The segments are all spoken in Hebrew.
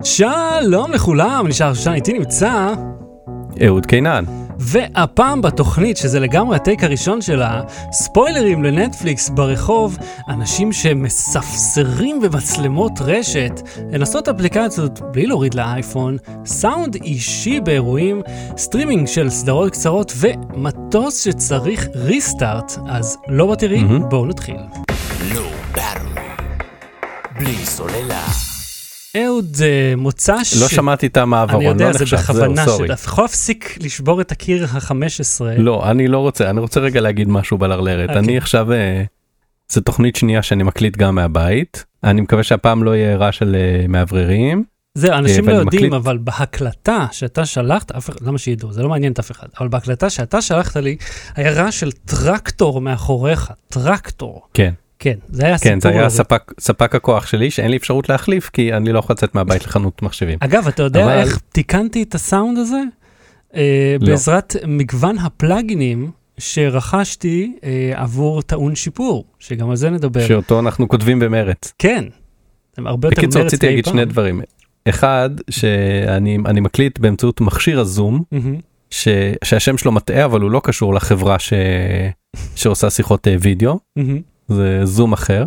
שלום לכולם, נשאר שושן, איתי נמצא אהוד קינן. והפעם בתוכנית, שזה לגמרי הטייק הראשון שלה, ספוילרים לנטפליקס ברחוב, אנשים שמספסרים במצלמות רשת, לנסות אפליקציות בלי להוריד לאייפון, סאונד אישי באירועים, סטרימינג של סדרות קצרות ומטוס שצריך ריסטארט. אז לא בתראי, בואו נתחיל. לא ברור, בלי סוללה. אהוד, מוצ"ש... לא שמעתי את המעברון, אני יודע, לא זה נחשב, בכוונה, סורי. שאתה יכול להפסיק לשבור את הקיר ה-15. לא, אני לא רוצה, אני רוצה רגע להגיד משהו בלרלרת. אני עכשיו, זו תוכנית שנייה שאני מקליט גם מהבית, אני מקווה שהפעם לא יהיה רע של מאווררים. זהו, אנשים לא יודעים, אבל בהקלטה שאתה שלחת, למה שידעו, זה לא מעניין את אף אחד, אבל בהקלטה שאתה שלחת לי, היה רע של טרקטור מאחוריך, טרקטור. כן. כן, זה היה סיפור. כן, זה היה ספק הכוח שלי, שאין לי אפשרות להחליף, כי אני לא יכול לצאת מהבית לחנות מחשבים. אגב, אתה יודע איך תיקנתי את הסאונד הזה? בעזרת מגוון הפלאגינים שרכשתי עבור טעון שיפור, שגם על זה נדבר. שאותו אנחנו כותבים במרץ. כן, הם הרבה יותר מרץ. בקיצור, רציתי להגיד שני דברים. אחד, שאני מקליט באמצעות מכשיר הזום, שהשם שלו מטעה, אבל הוא לא קשור לחברה שעושה שיחות וידאו. זה זום אחר,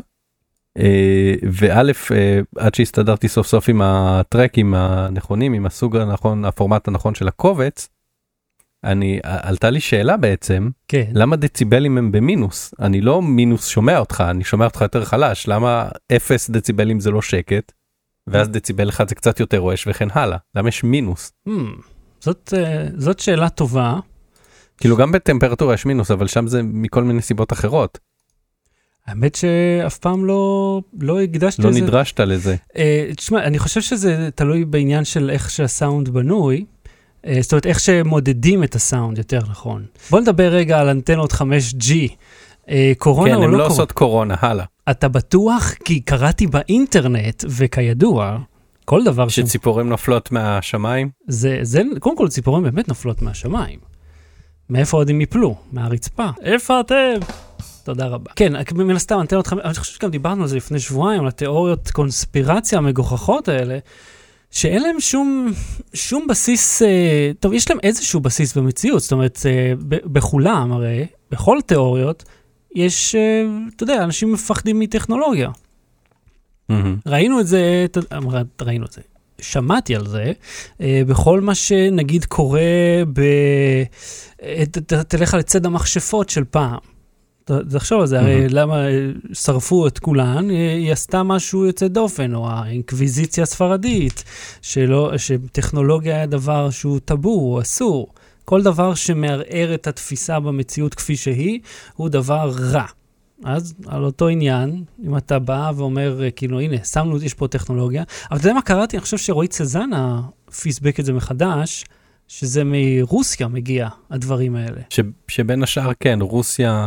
וא', עד שהסתדרתי סוף סוף עם הטרקים הנכונים, עם הסוג הנכון, הפורמט הנכון של הקובץ, עלתה לי שאלה בעצם, כן. למה דציבלים הם במינוס? אני לא מינוס שומע אותך, אני שומע אותך יותר חלש, למה 0 דציבלים זה לא שקט, ואז דציבל אחד זה קצת יותר רועש וכן הלאה, למה יש מינוס? זאת שאלה טובה. כאילו גם בטמפרטורה יש מינוס, אבל שם זה מכל מיני סיבות אחרות. האמת שאף פעם לא הקדשת לזה. לא נדרשת לזה. תשמע, אני חושב שזה תלוי בעניין של איך שהסאונד בנוי, זאת אומרת, איך שמודדים את הסאונד, יותר נכון. בוא נדבר רגע על אנטנות 5G. קורונה כן, או לא קורונה? כן, הן לא עושות קורונה, הלאה. אתה בטוח? כי קראתי באינטרנט, וכידוע, כל דבר... שציפורים נופלות מהשמיים? קודם כל, ציפורים באמת נופלות מהשמיים. מאיפה עוד הם יפלו? מהרצפה. איפה אתם? תודה רבה. כן, מן הסתם, אני חושב שגם דיברנו על זה לפני שבועיים, על התיאוריות קונספירציה המגוחכות האלה, שאין להם שום בסיס, טוב, יש להם איזשהו בסיס במציאות, זאת אומרת, בכולם הרי, בכל התיאוריות, יש, אתה יודע, אנשים מפחדים מטכנולוגיה. ראינו את זה, שמעתי על זה, בכל מה שנגיד קורה תלך על צד המכשפות של פעם. תחשוב על זה, הרי למה שרפו את כולן, היא עשתה משהו יוצא דופן, או האינקוויזיציה הספרדית, שטכנולוגיה היה דבר שהוא טאבו, או אסור. כל דבר שמערער את התפיסה במציאות כפי שהיא, הוא דבר רע. אז על אותו עניין, אם אתה בא ואומר, כאילו, הנה, שמנו, יש פה טכנולוגיה, אבל אתה יודע מה קראתי? אני חושב שרועי צזנה פיסבק את זה מחדש, שזה מרוסיה מגיע, הדברים האלה. שבין השאר, כן, רוסיה...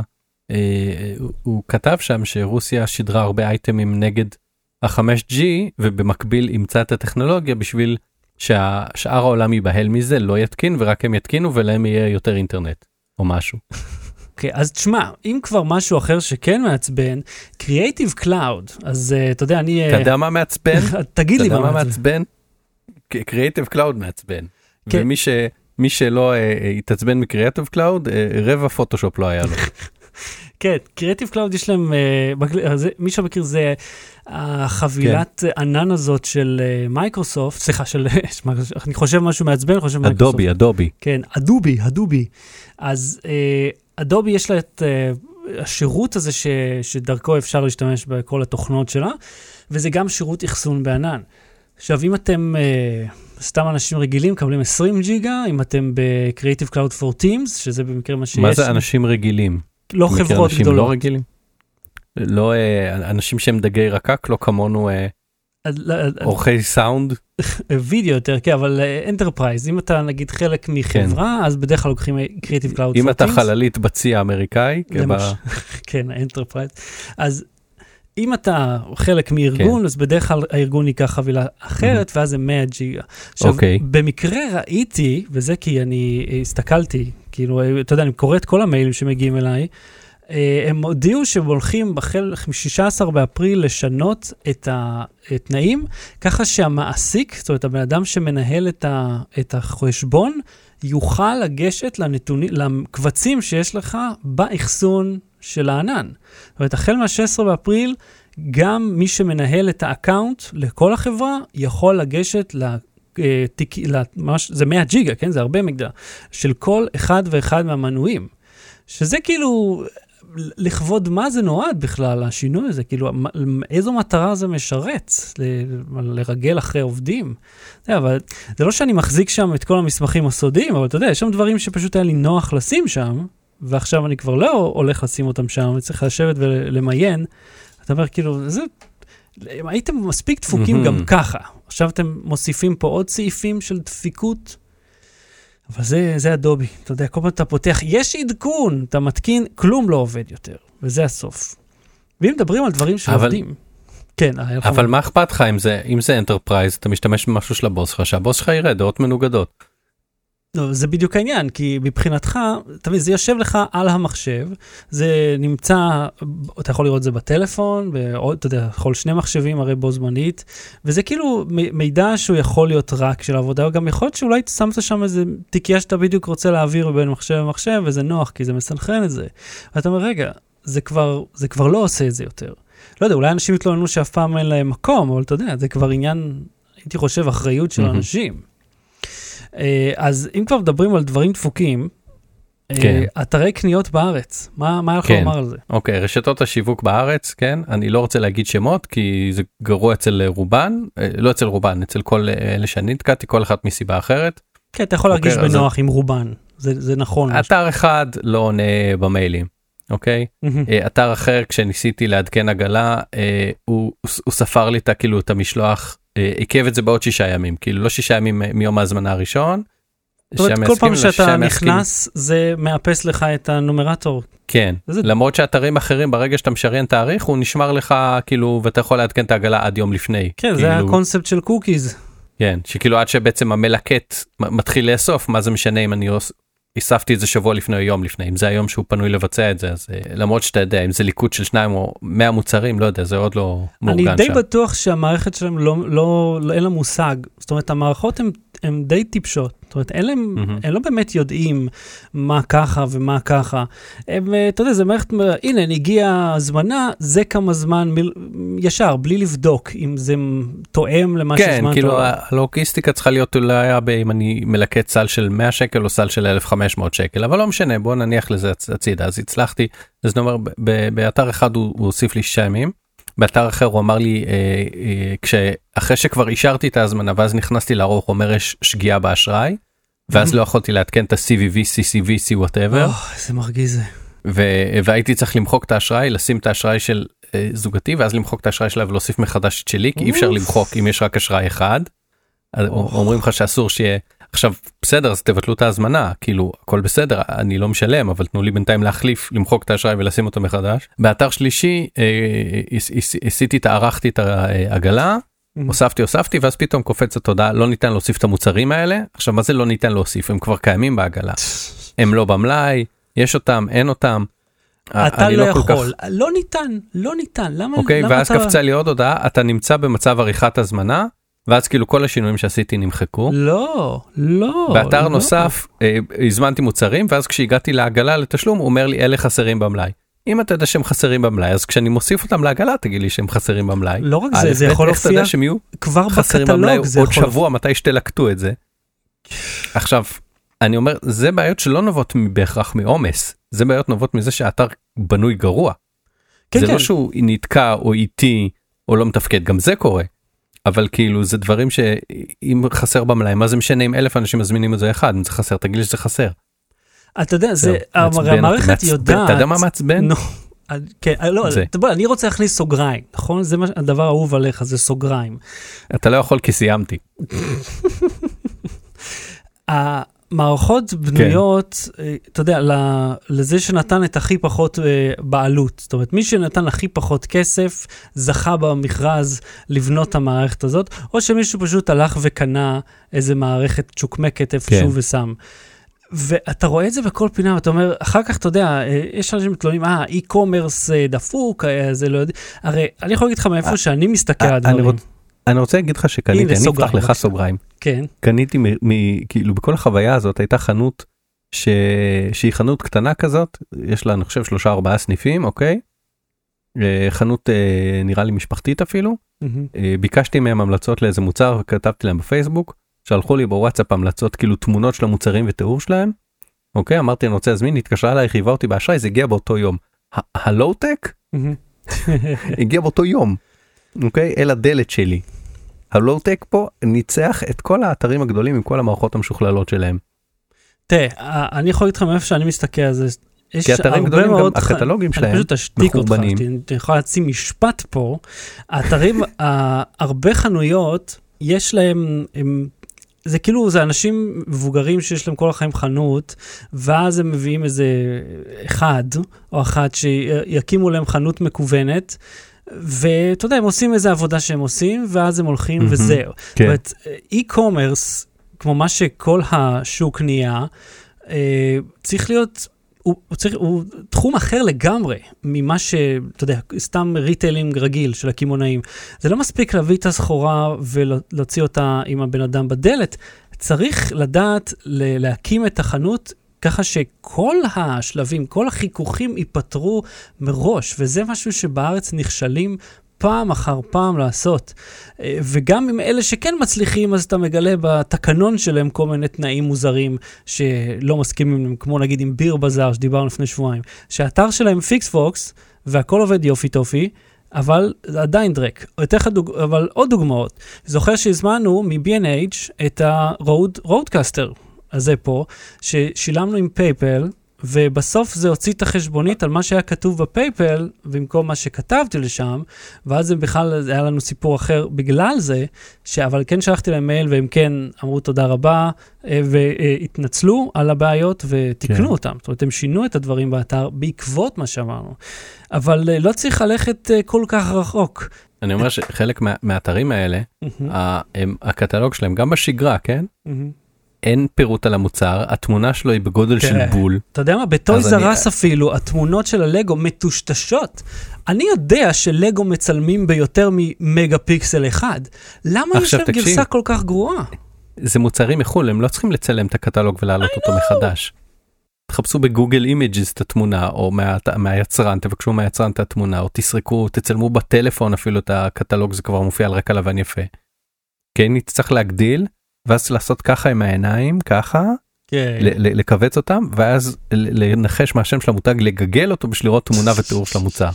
הוא כתב שם שרוסיה שידרה הרבה אייטמים נגד ה-5G, ובמקביל אימצה את הטכנולוגיה בשביל שהשאר העולם ייבהל מזה, לא יתקין, ורק הם יתקינו, ולהם יהיה יותר אינטרנט, או משהו. אוקיי, אז תשמע, אם כבר משהו אחר שכן מעצבן, Creative Cloud, אז אתה יודע, אתה יודע מה מעצבן? תגיד לי מה מעצבן. Creative Cloud מעצבן. ומי שלא יתעצבן מ-Creative Cloud, רבע פוטושופ לא היה לו. כן, Creative Cloud יש להם, מי שמכיר זה החבילת ענן הזאת של מייקרוסופט, סליחה, אני חושב משהו מעצבן, חושב מייקרוסופט. אדובי. כן, אדובי. אז אדובי יש לה את השירות הזה שדרכו אפשר להשתמש בכל התוכנות שלה, וזה גם שירות אחסון בענן. עכשיו, אם אתם סתם אנשים רגילים, מקבלים 20 ג'יגה, אם אתם ב-Creative Cloud for Teams, שזה במקרה מה שיש. מה זה אנשים רגילים? לא חברות אנשים גדולות. לא רגילים? לא, אנשים שהם דגי רקק, לא כמונו אורחי סאונד? וידאו יותר, כן, אבל אנטרפרייז, אם אתה נגיד חלק מחברה, אז בדרך כלל לוקחים Creative Cloud for Teams. אם אתה חללית בצי האמריקאי, כן, האנטרפרייז. אז אם אתה חלק מארגון, אז בדרך כלל הארגון ייקח חבילה אחרת, ואז זה 100 ג'יגה. עכשיו, במקרה ראיתי, וזה כי אני הסתכלתי, כאילו, אתה יודע, אני קורא את כל המיילים שמגיעים אליי, הם הודיעו שהם הולכים בחל 16 באפריל לשנות את התנאים, ככה שהמעסיק, זאת אומרת, הבן אדם שמנהל את החשבון, יוכל לגשת לקבצים שיש לך באחסון של הענן. זאת אומרת, החל מה-16 באפריל, גם מי שמנהל את האקאונט לכל החברה, יכול לגשת זה 100 ג'יגה, כן? זה הרבה מגדל, של כל אחד ואחד מהמנויים. שזה כאילו, לכבוד מה זה נועד בכלל, השינוי הזה, כאילו, איזו מטרה זה משרת, לרגל אחרי עובדים. אבל זה לא שאני מחזיק שם את כל המסמכים הסודיים, אבל אתה יודע, יש שם דברים שפשוט היה לי נוח לשים שם, ועכשיו אני כבר לא הולך לשים אותם שם, אני צריך לשבת ולמיין. אתה אומר, כאילו, הייתם מספיק דפוקים גם ככה. עכשיו אתם מוסיפים פה עוד סעיפים של דפיקות, אבל זה אדובי. אתה יודע, כל פעם אתה פותח, יש עדכון, אתה מתקין, כלום לא עובד יותר. וזה הסוף. ואם מדברים על דברים שעובדים, כן. אבל מה אכפת לך אם זה אנטרפרייז, אתה משתמש במשהו של הבוס שלך, שהבוס שלך יראה דעות מנוגדות. לא, זה בדיוק העניין, כי מבחינתך, תמיד, זה יושב לך על המחשב, זה נמצא, אתה יכול לראות את זה בטלפון, אתה יודע, יכול 2 מחשבים הרי בו זמנית, וזה כאילו מידע שהוא יכול להיות רק של העבודה, וגם יכול להיות שאולי שמת שם איזה תיקייה שאתה בדיוק רוצה להעביר בין מחשב למחשב, וזה נוח, כי זה מסנכרן את זה. ואתה אומר, רגע, זה כבר לא עושה את זה יותר. לא יודע, אולי אנשים יתלוננו שאף פעם אין להם מקום, אבל אתה יודע, זה כבר עניין, הייתי חושב, אחריות של אנשים. אז אם כבר מדברים על דברים דפוקים, אתרי קניות בארץ, מה יכול לומר על זה? אוקיי, רשתות השיווק בארץ, כן, אני לא רוצה להגיד שמות, כי זה גרוע אצל רובן, לא אצל רובן, אצל כל אלה שאני נתקעתי, כל אחת מסיבה אחרת. כן, אתה יכול להרגיש בנוח עם רובן, זה נכון. אתר אחד לא עונה במיילים, אוקיי? אתר אחר, כשניסיתי לעדכן עגלה, הוא ספר לי את המשלוח, עיכב את זה בעוד 6 ימים, כאילו לא 6 ימים מיום ההזמנה הראשון. כל פעם שאתה נכנס, זה מאפס לך את הנומרטור. כן, למרות שאתרים אחרים, ברגע שאתה משריין תאריך, הוא נשמר לך, כאילו, ואתה יכול לעדכן את העגלה עד יום לפני. כן, זה הקונספט של קוקיז. כן, שכאילו עד שבעצם המלקט מתחיל לאסוף, מה זה משנה אם אני אספתי את זה שבוע לפני או יום לפני, אם זה היום שהוא פנוי לבצע את זה, אז למרות שאתה יודע, אם זה ליקוד של 2 או 100 מוצרים, לא יודע, זה עוד לא מאורגן שם. אני די בטוח שהמערכת שלהם אין לה מושג, זאת אומרת, המערכות הן די טיפשות, זאת אומרת, הם לא באמת יודעים מה ככה ומה ככה, אתה יודע, זה מערכת, הנה, הגיעה הזמנה, זה כמה זמן ישר, בלי לבדוק, אם זה תואם למה שזמן תואם. כן, כאילו, הלוגיסטיקה צריכה להיות אולי, אם אני מלקט סל של 100 שקל או סל של 1,500 שקל, אבל לא משנה, בואו נניח לזה הצידה, אז הצלחתי, אז נאמר, באתר אחד הוא הוסיף לי 6 ימים, באתר אחר הוא אמר לי, אחרי שכבר אישרתי את ההזמנה, ואז נכנסתי לערוך, הוא אומר, יש שגיאה באשראי, ואז לא יכולתי לעדכן את ה-CVV, CCV, whatever. זה מרגיז זה. והייתי צריך למחוק את האשראי, לשים את האשראי של זוגתי, ואז למחוק את האשראי שלה ולהוסיף מחדש את שלי, כי אי אפשר למחוק אם יש רק אשראי אחד. אומרים לך שאסור שיהיה, עכשיו בסדר, אז תבטלו את ההזמנה, כאילו הכל בסדר, אני לא משלם, אבל תנו לי בינתיים להחליף, למחוק את האשראי ולשים אותו מחדש. באתר שלישי, ערכתי את העגלה, הוספתי, ואז פתאום קופצת הודעה, לא ניתן להוסיף את המוצרים האלה. עכשיו, מה זה לא ניתן להוסיף? הם כבר קיימים בעגלה. הם לא במלאי, יש אותם, אין אותם. אתה לא יכול. לא ניתן. למה? אוקיי, ואז קפצה לי עוד הודעה, אתה נמצא במצב עריכת הזמנה, ואז כאילו כל השינויים שעשיתי נמחקו. לא. באתר נוסף, הזמנתי מוצרים, ואז כשהגעתי לעגלה לתשלום, הוא אומר לי, אלה חסרים במלאי. אם אתה יודע שהם חסרים במלאי, אז כשאני מוסיף אותם לעגלה, תגיד לי שהם חסרים במלאי. לא רק זה, זה יכול להופיע כבר בקטלוג. עוד שבוע, מתי שתלקטו את זה. עכשיו, אני אומר, זה בעיות שלא נובעות בהכרח מעומס, זה בעיות נובעות מזה שהאתר בנוי גרוע. זה לא שהוא נתקע או איטי, או לא מתפקד, גם זה קורה. אבל כאילו, זה דברים שאם חסר במלאי, מה זה משנה אם 1,000 אנשים מזמינים את זה אחד, אם זה חסר, תגיד לי שזה חסר. אתה יודע, המערכת יודעת... אתה יודע מה מעצבן? כן, לא, אני רוצה להכניס סוגריים, נכון? זה הדבר האהוב עליך, זה סוגריים. אתה לא יכול כי סיימתי. המערכות בנויות, אתה יודע, לזה שנתן את הכי פחות בעלות. זאת אומרת, מי שנתן הכי פחות כסף, זכה במכרז לבנות את המערכת הזאת, או שמישהו פשוט הלך וקנה איזה מערכת צ'וקמקת איפשהו ושם. ואתה רואה את זה בכל פינה, ואתה אומר, אחר כך אתה יודע, יש אנשים מתלונים, אי-קומרס דפוק, זה לא יודע, הרי אני יכול להגיד לך מאיפה שאני מסתכל על הדברים. אני רוצה להגיד לך שקניתי, אני אפתח לך סוגריים. כן. קניתי, כאילו בכל החוויה הזאת הייתה חנות, שהיא חנות קטנה כזאת, יש לה אני חושב 3-4 סניפים, אוקיי? חנות נראה לי משפחתית אפילו, ביקשתי מהם המלצות לאיזה מוצר וכתבתי להם בפייסבוק, שלחו לי בוואטסאפ המלצות כאילו תמונות של המוצרים ותיאור שלהם, אוקיי? אמרתי אני רוצה להזמין, התקשרה אליי, חייבה אותי באשראי, זה הגיע באותו יום. הלואו-טק? הגיע באותו יום, אוקיי? אל הדלת שלי. הלואו-טק פה ניצח את כל האתרים הגדולים עם כל המערכות המשוכללות שלהם. תראה, אני יכול להגיד לך מאיפה שאני מסתכל על זה, כי אתרים גדולים גם הקטלוגים שלהם אני פשוט אשתיק אותך, אני יכול להציע משפט פה, האתרים, הרבה חנויות, יש להם, זה כאילו, זה אנשים מבוגרים שיש להם כל החיים חנות, ואז הם מביאים איזה אחד או אחת שיקימו להם חנות מקוונת, ואתה יודע, הם עושים איזה עבודה שהם עושים, ואז הם הולכים וזהו. זאת אומרת, אי-קומרס, כמו מה שכל השוק נהיה, צריך להיות, הוא תחום אחר לגמרי, ממה שאתה יודע, סתם ריטיילינג רגיל של הכימונאים. זה לא מספיק להביא את הסחורה ולהוציא אותה עם הבן אדם בדלת, צריך לדעת להקים את החנות, ככה שכל השלבים, כל החיכוכים ייפטרו מראש, וזה משהו שבארץ נכשלים פעם אחר פעם לעשות. וגם עם אלה שכן מצליחים, אז אתה מגלה בתקנון שלהם כל מיני תנאים מוזרים שלא מסכימים, כמו נגיד עם ביר בזאר שדיברנו לפני שבועיים, שהאתר שלהם פיקס פוקס, והכל עובד יופי טופי, אבל עדיין דרק. אבל עוד דוגמאות. זוכר שהזמנו מ-B&H את הרודקאסטר הזה פה, ששילמנו עם פייפל, ובסוף זה הוציא את החשבונית על מה שהיה כתוב בפייפל, במקום מה שכתבתי לשם, ואז זה בכלל היה לנו סיפור אחר בגלל זה, אבל כן שלחתי להם מייל, והם כן אמרו תודה רבה, והתנצלו על הבעיות ותקנו אותם. זאת אומרת, הם שינו את הדברים באתר בעקבות מה שאמרנו. אבל לא צריך ללכת כל כך רחוק. אני אומר שחלק מהאתרים האלה, הקטלוג שלהם גם בשגרה, כן? אין פירוט על המוצר, התמונה שלו היא בגודל של בול. אתה יודע מה, בטויז אר אס אפילו, התמונות של הלגו מטושטשות. אני יודע שלגו מצלמים ביותר ממגה פיקסל אחד. למה יש להם גרסה כל כך גרועה? זה מוצרים מחול, הם לא צריכים לצלם את הקטלוג ולהעלות אותו מחדש. תחפשו בגוגל אימג'ס את התמונה, או מהיצרן, תבקשו מהיצרן את התמונה, או תסרקו, תצלמו בטלפון אפילו את הקטלוג, זה כבר מופיע על רקע לבן יפה. כן, נצטרך להגדיל, ואז לעשות ככה עם העיניים, ככה, לקבץ אותם, ואז לנחש מהשם של המותג, לגגל אותו בשביל לראות תמונה ותיאור של המוצר.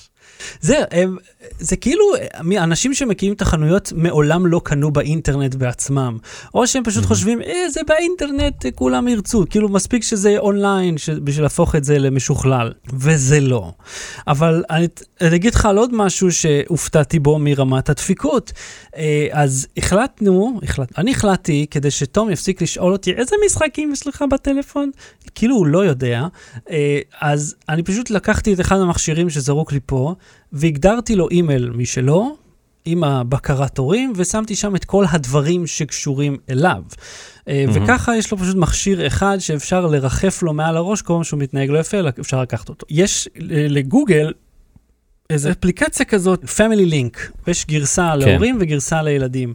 זה כאילו, אנשים שמקימים את החנויות מעולם לא קנו באינטרנט בעצמם, או שהם פשוט חושבים, זה באינטרנט, כולם ירצו, כאילו מספיק שזה אונליין, בשביל להפוך את זה למשוכלל, וזה לא. אבל אני אגיד לך על עוד משהו שהופתעתי בו מרמת הדפיקות, אז אני החלטתי, כדי שתום יפסיק לשאול אותי, איזה משחקים יש לך בטלפון? כאילו הוא לא יודע, אז אני פשוט לקחתי את אחד המכשירים שזרוק לי פה, והגדרתי לו אימייל משלו, עם הבקרת הורים, ושמתי שם את כל הדברים שקשורים אליו. וככה יש לו פשוט מכשיר אחד שאפשר לרחף לו מעל הראש, כל מה שהוא מתנהג לא יפה, אפשר לקחת אותו. יש לגוגל איזו אפליקציה כזאת, Family Link, ויש גרסה להורים וגרסה לילדים.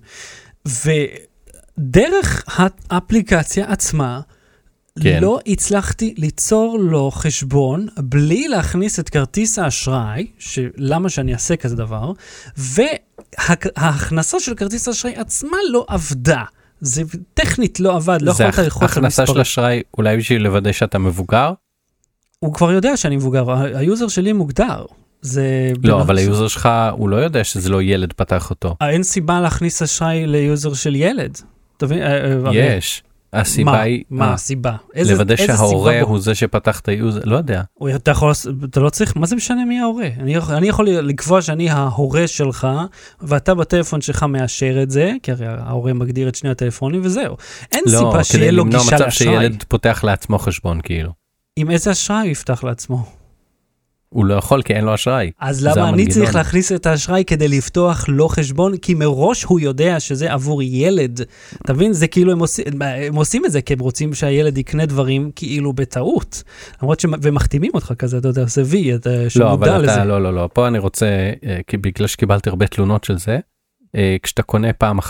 ודרך האפליקציה עצמה, לא הצלחתי ליצור לו חשבון בלי להכניס את כרטיס האשראי, למה שאני אעשה כזה דבר, וההכנסה של כרטיס האשראי עצמה לא עבדה. זה טכנית לא עבד, לא יכולת ללחוץ על מספרים. הכנסה של אשראי אולי בשביל לוודא שאתה מבוגר? הוא כבר יודע שאני מבוגר, היוזר שלי מוגדר. לא, אבל היוזר שלך, הוא לא יודע שזה לא ילד פתח אותו. אין סיבה להכניס אשראי ליוזר של ילד. יש. הסיבה היא... מה הסיבה? לוודא שההורה הוא זה שפתח את היוזר, לא יודע. אתה לא צריך, מה זה משנה מי ההורה? אני יכול לקבוע שאני ההורה שלך, ואתה בטלפון שלך מאשר את זה, כי הרי ההורה מגדיר את שני הטלפונים וזהו. אין סיבה שיהיה לו גישה לאשראי. לא, כדי למנוע מצב שילד פותח לעצמו חשבון, כאילו. עם איזה אשראי הוא יפתח לעצמו? הוא לא יכול כי אין לו אשראי. אז למה אני צריך להכניס את האשראי כדי לפתוח לו חשבון? כי מראש הוא יודע שזה עבור ילד. אתה מבין? זה כאילו הם עושים את זה, כי הם רוצים שהילד יקנה דברים כאילו בטעות. למרות ומחתימים אותך כזה, אתה יודע, עושה וי, שמודע לזה. לא. פה אני רוצה, בגלל שקיבלתי הרבה תלונות של זה, כשאתה קונה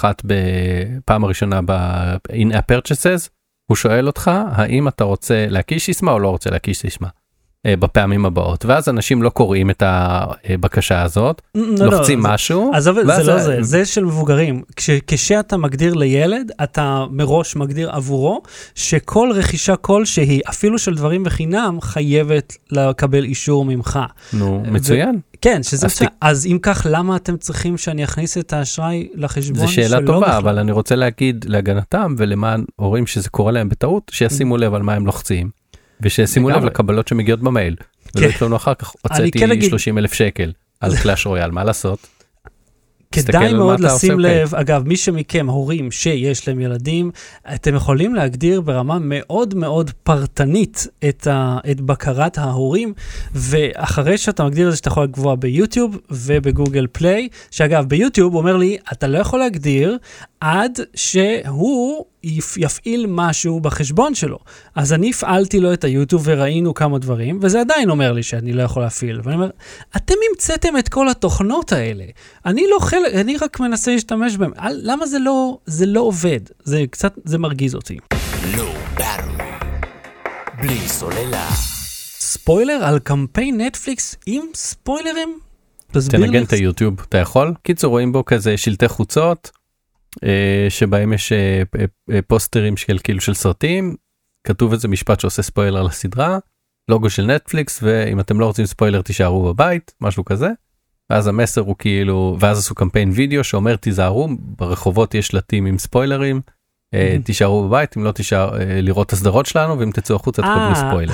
פעם הראשונה ב-in-app purchases, הוא שואל אותך, האם אתה רוצה להקיש סיסמה או לא רוצה להקיש סיסמה בפעמים הבאות, ואז אנשים לא קוראים את הבקשה הזאת, לוחצים משהו. אז זה לא זה, זה של מבוגרים. כשאתה מגדיר לילד, אתה מראש מגדיר עבורו, שכל רכישה כלשהי, אפילו של דברים בחינם, חייבת לקבל אישור ממך. נו, מצוין. כן, שזה מצוין. אז אם כך, למה אתם צריכים שאני אכניס את האשראי לחשבון? זו שאלה טובה, אבל אני רוצה להגיד להגנתם, ולמען הורים שזה קורה להם בטעות, שישימו לב על מה הם לוחצים. ושישימו לב לקבלות שמגיעות במייל. ולא יתלונו אחר כך, הוצאתי 30,000 שקל על קלאש רויאל, מה לעשות? כדאי מאוד לשים לב, אגב, מי שמכם, הורים שיש להם ילדים, אתם יכולים להגדיר ברמה מאוד מאוד פרטנית את בקרת ההורים, ואחרי שאתה מגדיר את זה שאתה יכול לקבוע ביוטיוב ובגוגל פליי, שאגב, ביוטיוב הוא אומר לי, אתה לא יכול להגדיר עד שהוא יפעיל משהו בחשבון שלו. אז אני הפעלתי לו את היוטיוב וראינו כמה דברים, וזה עדיין אומר לי שאני לא יכול להפעיל. ואני אומר, אתם המצאתם את כל התוכנות האלה. אני רק מנסה להשתמש בהם. למה זה לא עובד? זה מרגיז אותי. לא ברור. בלי סוללה. ספוילר על קמפיין נטפליקס עם ספוילרים? תסביר לי. תנגן את היוטיוב, אתה יכול? קיצור, רואים בו כזה שלטי חוצות, שבהם יש פוסטרים כאילו של סרטים, כתוב איזה משפט שעושה ספוילר לסדרה, לוגו של נטפליקס, ואם אתם לא רוצים ספוילר תישארו בבית, משהו כזה, ואז המסר הוא כאילו, ואז עשו קמפיין וידאו שאומר תיזהרו, ברחובות יש שלטים עם ספוילרים, תישארו בבית, אם לא תישאר לראות את הסדרות שלנו, ואם תצאו החוצה תקבלו ספוילר.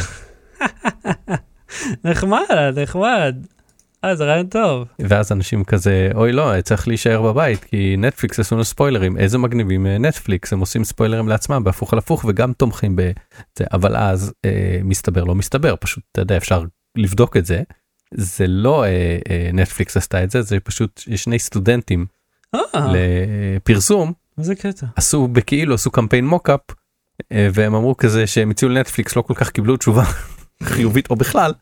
נחמד. זה רעיון טוב. ואז אנשים כזה, אוי לא, צריך להישאר בבית, כי נטפליקס עשו לנו ספוילרים, איזה מגניבים נטפליקס, הם עושים ספוילרים לעצמם, בהפוך על הפוך, וגם תומכים בזה, אבל אז לא מסתבר, פשוט, אתה יודע, אפשר לבדוק את זה, זה לא נטפליקס עשתה את זה, זה פשוט שני סטודנטים לפרסום, זה קטע. עשו קמפיין מוקאפ, והם אמרו כזה שהם הציעו לנטפליקס, לא כל כך קיבלו תשובה חיובית או בכלל.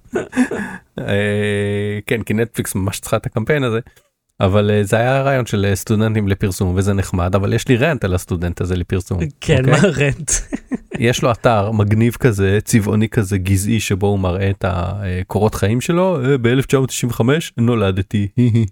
כן, כי נטפליקס ממש צריכה את הקמפיין הזה, אבל זה היה הרעיון של סטודנטים לפרסום, וזה נחמד, אבל יש לי רנט על הסטודנט הזה לפרסום. כן, מה רנט? יש לו אתר מגניב כזה, צבעוני כזה, גזעי, שבו הוא מראה את הקורות חיים שלו, ב-1995 נולדתי.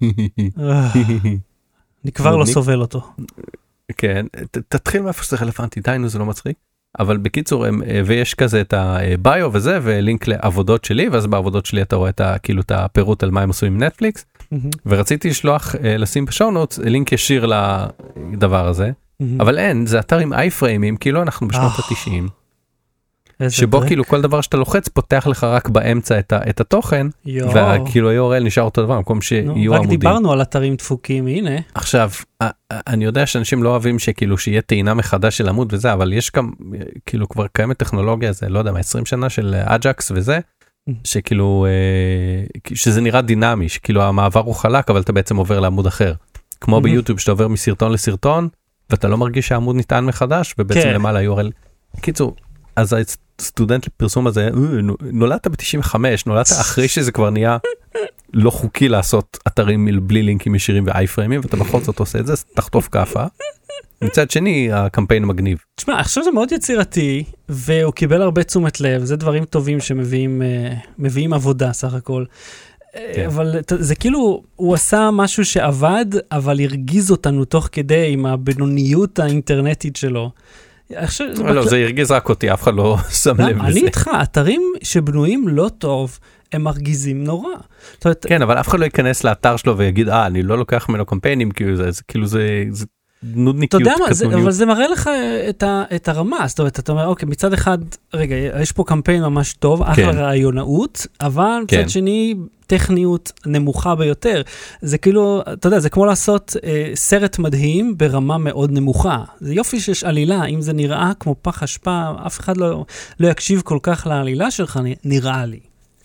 אני כבר לא סובל אותו. כן, תתחיל מאיפה שזה רלוונטי, דיינו זה לא מצחיק. אבל בקיצור, ויש כזה את הביו וזה, ולינק לעבודות שלי, ואז בעבודות שלי אתה רואה כאילו את הפירוט על מה הם עשו עם נטפליקס, ורציתי לשלוח, לשים בשואונוטס, לינק ישיר לדבר הזה, אבל אין, זה אתר עם איי-פריימים, כאילו אנחנו בשנות ה-90, שבו כאילו כל דבר שאתה לוחץ, פותח לך רק באמצע את התוכן, וכאילו ה-URL נשאר אותו דבר, במקום שיהיו עמודים. רק דיברנו על אתרים דפוקים, הנה. עכשיו, אני יודע שאנשים לא אוהבים שכאילו שיהיה טעינה מחדש של עמוד וזה, אבל יש גם, כאילו כבר קיימת טכנולוגיה, זה לא יודע, 20 שנה של אג'קס וזה, שכאילו, שזה נראה דינמי, שכאילו המעבר הוא חלק, אבל אתה בעצם עובר לעמוד אחר. כמו ביוטיוב, שאתה עובר מסרטון לסרטון, ואתה לא מרגיש שהעמוד ניתן מחדש, ובעצם למעלה URL. קיצור, אז הסטודנט לפרסום הזה, נולדת ב-95, נולדת אחרי שזה כבר נהיה לא חוקי לעשות אתרים בלי לינקים ישירים ואי-פריימים, ואתה בכל זאת עושה את זה, תחטוף כאפה. מצד שני, הקמפיין מגניב. תשמע, עכשיו זה מאוד יצירתי, והוא קיבל הרבה תשומת לב, זה דברים טובים שמביאים עבודה סך הכל. אבל זה כאילו, הוא עשה משהו שעבד, אבל הרגיז אותנו תוך כדי עם הבינוניות האינטרנטית שלו. לא, זה הרגיז רק אותי, אף אחד לא שם לב לזה. אני איתך, אתרים שבנויים לא טוב, הם מרגיזים נורא. כן, אבל אף אחד לא ייכנס לאתר שלו ויגיד, אני לא לוקח ממנו קמפיינים, כאילו זה נודניקיות קטנוניות. אתה יודע מה, אבל זה מראה לך את הרמה, זאת אומרת, אתה אומר, אוקיי, מצד אחד, רגע, יש פה קמפיין ממש טוב, אחלה רעיונאות, אבל מצד שני, טכניות נמוכה ביותר. זה כאילו, אתה יודע, זה כמו לעשות סרט מדהים ברמה מאוד נמוכה. זה יופי שיש עלילה, אם זה נראה כמו פח אשפה, אף אחד לא יקשיב כל כך לעלילה שלך, נראה לי.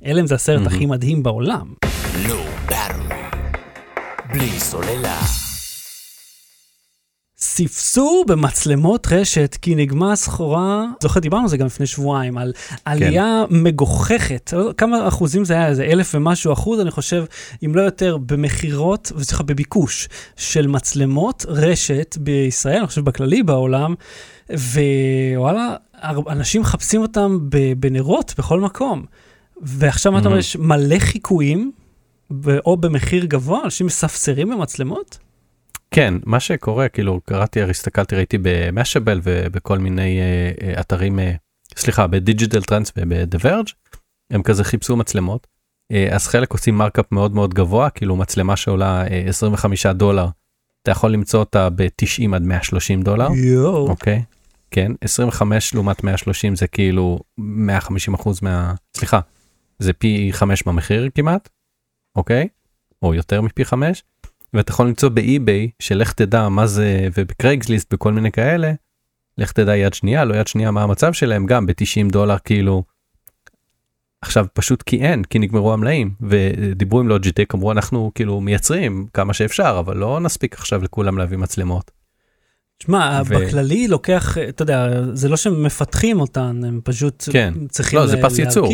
אלם זה הסרט הכי מדהים בעולם. Low Battery. בלי סוללה. ספסור במצלמות רשת, כי נגמר סחורה, זוכר, דיברנו על זה גם לפני שבועיים, על עלייה מגוחכת, כמה אחוזים זה היה, איזה 1,000 ומשהו אחוז, אני חושב, אם לא יותר, במחירות, וסליחה, בביקוש, של מצלמות רשת בישראל, אני חושב בכללי בעולם, ווואלה, אנשים מחפשים אותם בנרות, בכל מקום, ועכשיו מה אתה אומר, יש מלא חיקויים, או במחיר גבוה, אנשים מספסרים במצלמות? כן, מה שקורה, כאילו, הסתכלתי, ראיתי במשאבל ובכל מיני אתרים, סליחה, בדיג'יטל טרנדס וב"דה ורג'", הם כזה חיפשו מצלמות, אז חלק עושים מרקאפ מאוד מאוד גבוה, כאילו מצלמה שעולה $25, אתה יכול למצוא אותה ב-90 עד $130, אוקיי? כן, 25 לעומת 130 זה כאילו 150% סליחה, זה פי 5 במחיר כמעט, אוקיי? או יותר מפי 5, ואתה יכול למצוא באי-ביי, שלך תדע מה זה, ובקרייגסליסט, בכל מיני כאלה, לך תדע יד שנייה, לא יד שנייה, מה המצב שלהם, גם ב-$90, כאילו, עכשיו פשוט כי נגמרו המלאים, ודיברו עם לוג'יטק, אמרו, אנחנו כאילו מייצרים כמה שאפשר, אבל לא נספיק עכשיו לכולם להביא מצלמות. תשמע, בכללי לוקח, אתה יודע, זה לא שהם מפתחים אותן, הם פשוט צריכים לא, זה פס ייצור.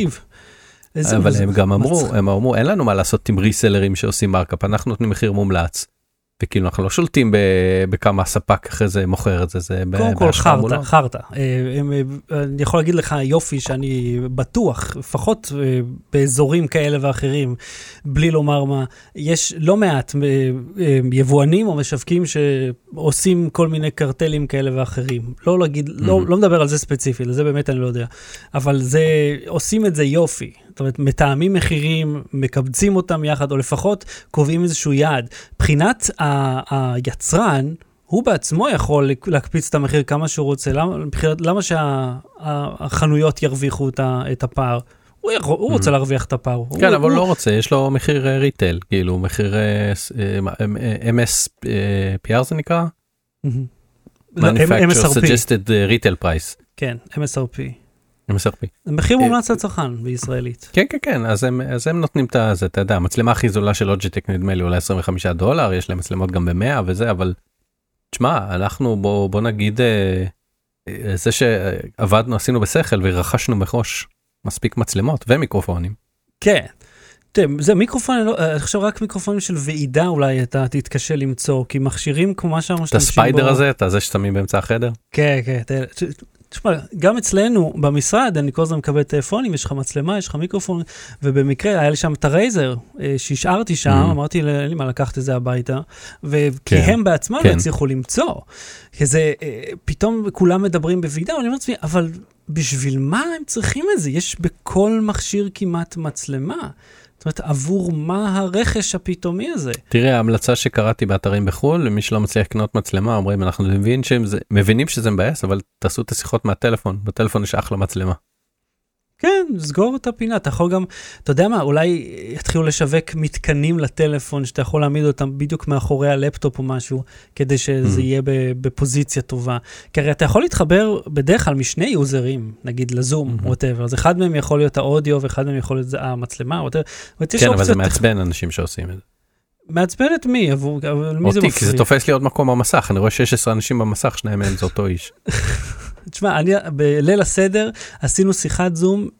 אבל הם גם אמרו, אין לנו מה לעשות עם ריסלרים שעושים מרקאפ, אנחנו נותנים מחיר מומלץ, וכאילו אנחנו לא שולטים בכמה הספק אחרי זה מוכר את זה, זה קודם כל חרטה. אני יכול להגיד לך יופי שאני בטוח, לפחות באזורים כאלה ואחרים, בלי לומר מה, יש לא מעט יבואנים או משווקים שעושים כל מיני קרטלים כאלה ואחרים. לא מדבר על זה ספציפי, לזה באמת אני לא יודע. אבל עושים את זה יופי. זאת אומרת, מתאמים מחירים, מקבצים אותם יחד, או לפחות קובעים איזשהו יעד. מבחינת היצרן, הוא בעצמו יכול להקפיץ את המחיר כמה שהוא רוצה. למה שהחנויות ירוויחו את הפער? הוא רוצה להרוויח את הפער. כן, אבל לא רוצה, יש לו מחיר ריטל, כאילו מחיר MSPR זה נקרא? Manufacturer Suggested Retail Price. כן, MSRP. MSRP. זה מחיר מומלץ לצרכן בישראלית. כן, כן, כן, אז הם נותנים את זה, אתה יודע, המצלמה הכי זולה של לוג'יטק נדמה לי אולי $25, יש להם מצלמות גם ב100 וזה, אבל תשמע, אנחנו בוא נגיד, זה שעבדנו, עשינו בשכל ורכשנו מראש מספיק מצלמות ומיקרופונים. כן. זה מיקרופון, אני חושב רק מיקרופונים של ועידה אולי אתה תתקשה למצוא, כי מכשירים כמו מה שאנחנו משתמשים בו. את הספיידר הזה, אתה זה שתמים באמצע החדר? כן, כן. תשמע, גם אצלנו במשרד, אני כל הזמן מקבל טלפונים, יש לך מצלמה, יש לך מיקרופון, ובמקרה היה לי שם את הרייזר, שהשארתי שם, אמרתי לי מה לקחת את זה הביתה, כי הם בעצמם לא הצליחו למצוא. כי זה, פתאום כולם מדברים בוועידה, ואני אומר לעצמי, אבל בשביל מה הם צריכים את זה? יש בכל מכשיר כמעט מצלמה. זאת אומרת, עבור מה הרכש הפתאומי הזה? תראה, ההמלצה שקראתי באתרים בחול, למי שלא מצליח לקנות מצלמה, אומרים, אנחנו מבינים שזה מבאס, אבל תעשו את השיחות מהטלפון, בטלפון יש אחלה מצלמה. כן, סגור את הפינה, אתה יכול גם, אתה יודע מה, אולי יתחילו לשווק מתקנים לטלפון, שאתה יכול להעמיד אותם בדיוק מאחורי הלפטופ או משהו, כדי שזה יהיה בפוזיציה טובה. כי הרי אתה יכול להתחבר בדרך כלל משני יוזרים, נגיד לזום, whatever, אז אחד מהם יכול להיות האודיו, ואחד מהם יכול להיות המצלמה, whatever. כן, אבל זה מעצבן אנשים שעושים את זה. מעצבן את מי? מי זה מפריע? כי זה תופס לי עוד מקום במסך, אני רואה 16 אנשים במסך, שניים מהם זה אותו איש. תשמע, בליל הסדר עשינו שיחת זום,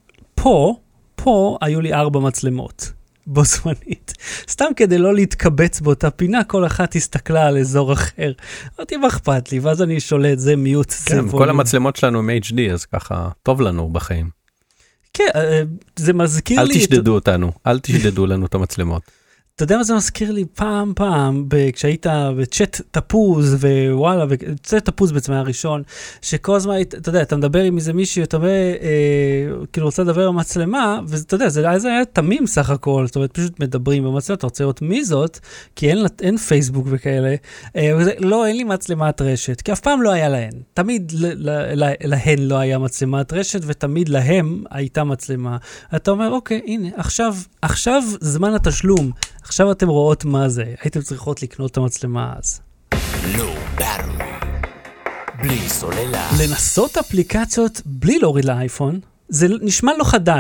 פה היו לי 4 מצלמות, בו זמנית. סתם כדי לא להתקבץ באותה פינה, כל אחת הסתכלה על אזור אחר. אמרתי, מה אכפת לי? ואז אני שולט, זה מיוט. כן, כל המצלמות שלנו הם HD, אז ככה טוב לנו בחיים. כן, זה מזכיר לי... אל תשדדו אותנו, אל תשדדו לנו את המצלמות. אתה יודע מה זה מזכיר לי פעם, כשהיית בצ'אט תפוז, ווואלה, צ'אט תפוז בעצם היה הראשון, שכל הזמן, אתה יודע, אתה מדבר עם איזה מישהו, אתה אומר, כאילו רוצה לדבר עם המצלמה, ואתה יודע, זה היה תמים סך הכל, זאת אומרת, פשוט מדברים במצלמה, אתה רוצה לראות מי זאת, כי אין פייסבוק וכאלה, לא, אין לי מצלמת רשת, כי אף פעם לא היה להן, תמיד להן לא היה מצלמת רשת, ותמיד להם הייתה מצלמה. אתה אומר, אוקיי, הנה, עכשיו זמן התשלום, עכשיו אתם רואות מה זה, הייתם צריכות לקנות את המצלמה אז. Low Battery. בלי סוללה. לנסות אפליקציות בלי להוריד לאייפון, זה נשמע לא חדש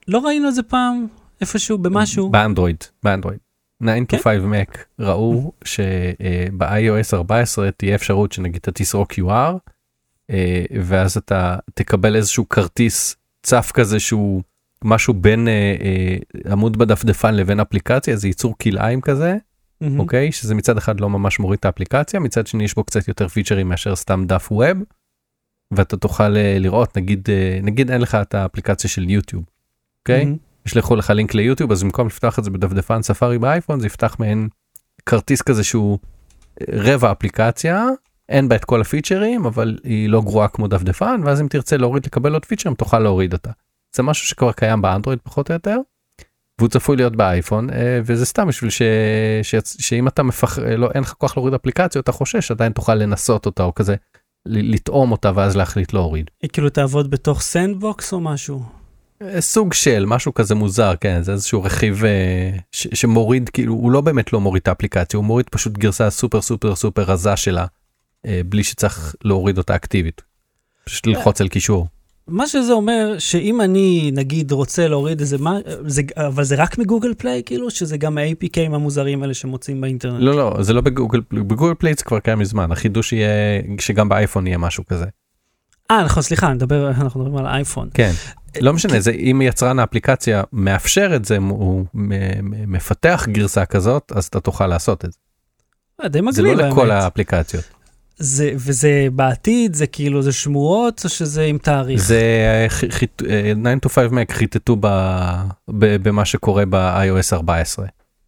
לא ראינו את זה פעם, איפשהו, במשהו? באנדרואיד. 9 to 5 Mac ראו שב-iOS 14 תהיה אפשרות שנגיד אתה תסרוק QR, ואז אתה תקבל איזשהו כרטיס צף כזה שהוא משהו בין עמוד בדפדפן לבין אפליקציה, זה ייצור כלאיים כזה, אוקיי? שזה מצד אחד לא ממש מוריד את האפליקציה, מצד שני יש בו קצת יותר פיצ'רים מאשר סתם דף ווב, ואתה תוכל לראות, נגיד אין לך את האפליקציה של יוטיוב, אוקיי? ישלחו לך לינק ליוטיוב, אז במקום לפתוח את זה בדפדפן ספארי באייפון, זה יפתח מעין כרטיס כזה שהוא רבע אפליקציה, אין בה את כל הפיצ'רים, אבל היא לא גרועה כמו דפדפן, ואז אם תרצה להוריד, לקבל עוד פיצ'רים, תוכל להוריד אותה. זה משהו שכבר קיים באנדרואיד פחות או יותר, והוא צפוי להיות באייפון, וזה סתם בשביל שאם אתה אין לך כוח להוריד אפליקציה, אתה חושש, עדיין תוכל לנסות אותה, או כזה, לטעום אותה, ואז להחליט להוריד. היא כאילו תעבוד בתוך סנדבוקס או משהו? סוג של, משהו כזה מוזר, כן, זה איזשהו רכיב שמוריד, כאילו, הוא לא באמת לא מוריד את האפליקציה, הוא מוריד פשוט גרסה סופר סופר סופר רזה שלה, בלי שצריך להוריד אותה אקטיבית. פשוט ללחוץ על קישור. מה שזה אומר, שאם אני, נגיד, רוצה להוריד איזה, אבל זה רק מגוגל פליי, כאילו, שזה גם ה-APK'ים המוזרים האלה שמוצאים באינטרנט? לא, זה לא בגוגל פליי, זה כבר קיים מזמן. החידוש יהיה, שגם באייפון יהיה משהו כזה. נכון, סליחה, אנחנו מדברים על האייפון. כן. לא משנה, אם יצרן האפליקציה מאפשר את זה, הוא מפתח גרסה כזאת, אז אתה תוכל לעשות את זה. די מגניב, זה לא לכל האפליקציות. וזה בעתיד, זה כאילו, זה שמועות, או שזה עם תאריך? זה 9 to 5 Mac חיטטו במה שקורה ב-iOS 14.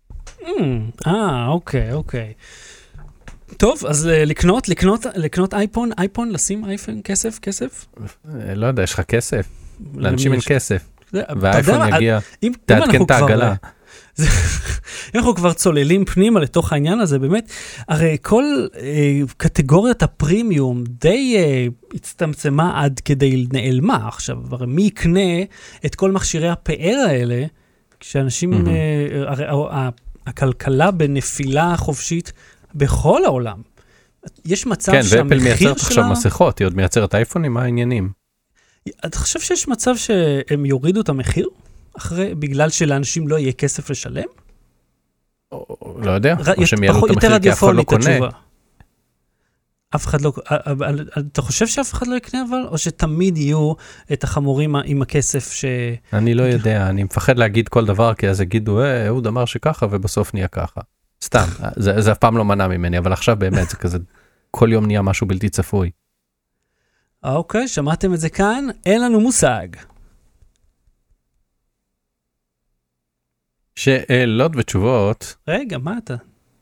אוקיי. טוב, אז לקנות אייפון, לשים אייפון, כסף? לא יודע, יש לך כסף? לאנשים אין כסף. והאייפון יגיע, תעדכן את העגלה. אם אנחנו כבר צוללים פנימה לתוך העניין הזה, באמת, הרי כל קטגוריית הפרימיום די הצטמצמה עד כדי נעלמה. עכשיו, הרי מי יקנה את כל מכשירי הפאר האלה, כשאנשים, הכלכלה בנפילה חופשית בכל העולם. יש מצב שהמחיר שלה... כן, ואפל מייצרת עכשיו מסכות, היא עוד מייצרת אייפונים, מה העניינים? אתה חושב שיש מצב שהם יורידו את המחיר? בגלל שלאנשים לא יהיה כסף לשלם? לא יודע, או שהם יעלו את המחיר כי אף אחד לא קונה. אף אחד לא, אתה חושב שאף אחד לא יקנה אבל? או שתמיד יהיו את החמורים עם הכסף ש... אני לא יודע, אני מפחד להגיד כל דבר, כי אז יגידו, אהוד אמר שככה, ובסוף נהיה ככה. סתם, זה אף פעם לא מנע ממני, אבל עכשיו באמת זה כזה, כל יום נהיה משהו בלתי צפוי. אוקיי, שמעתם את זה כאן? אין לנו מושג. שאלות ותשובות. רגע, מה אתה?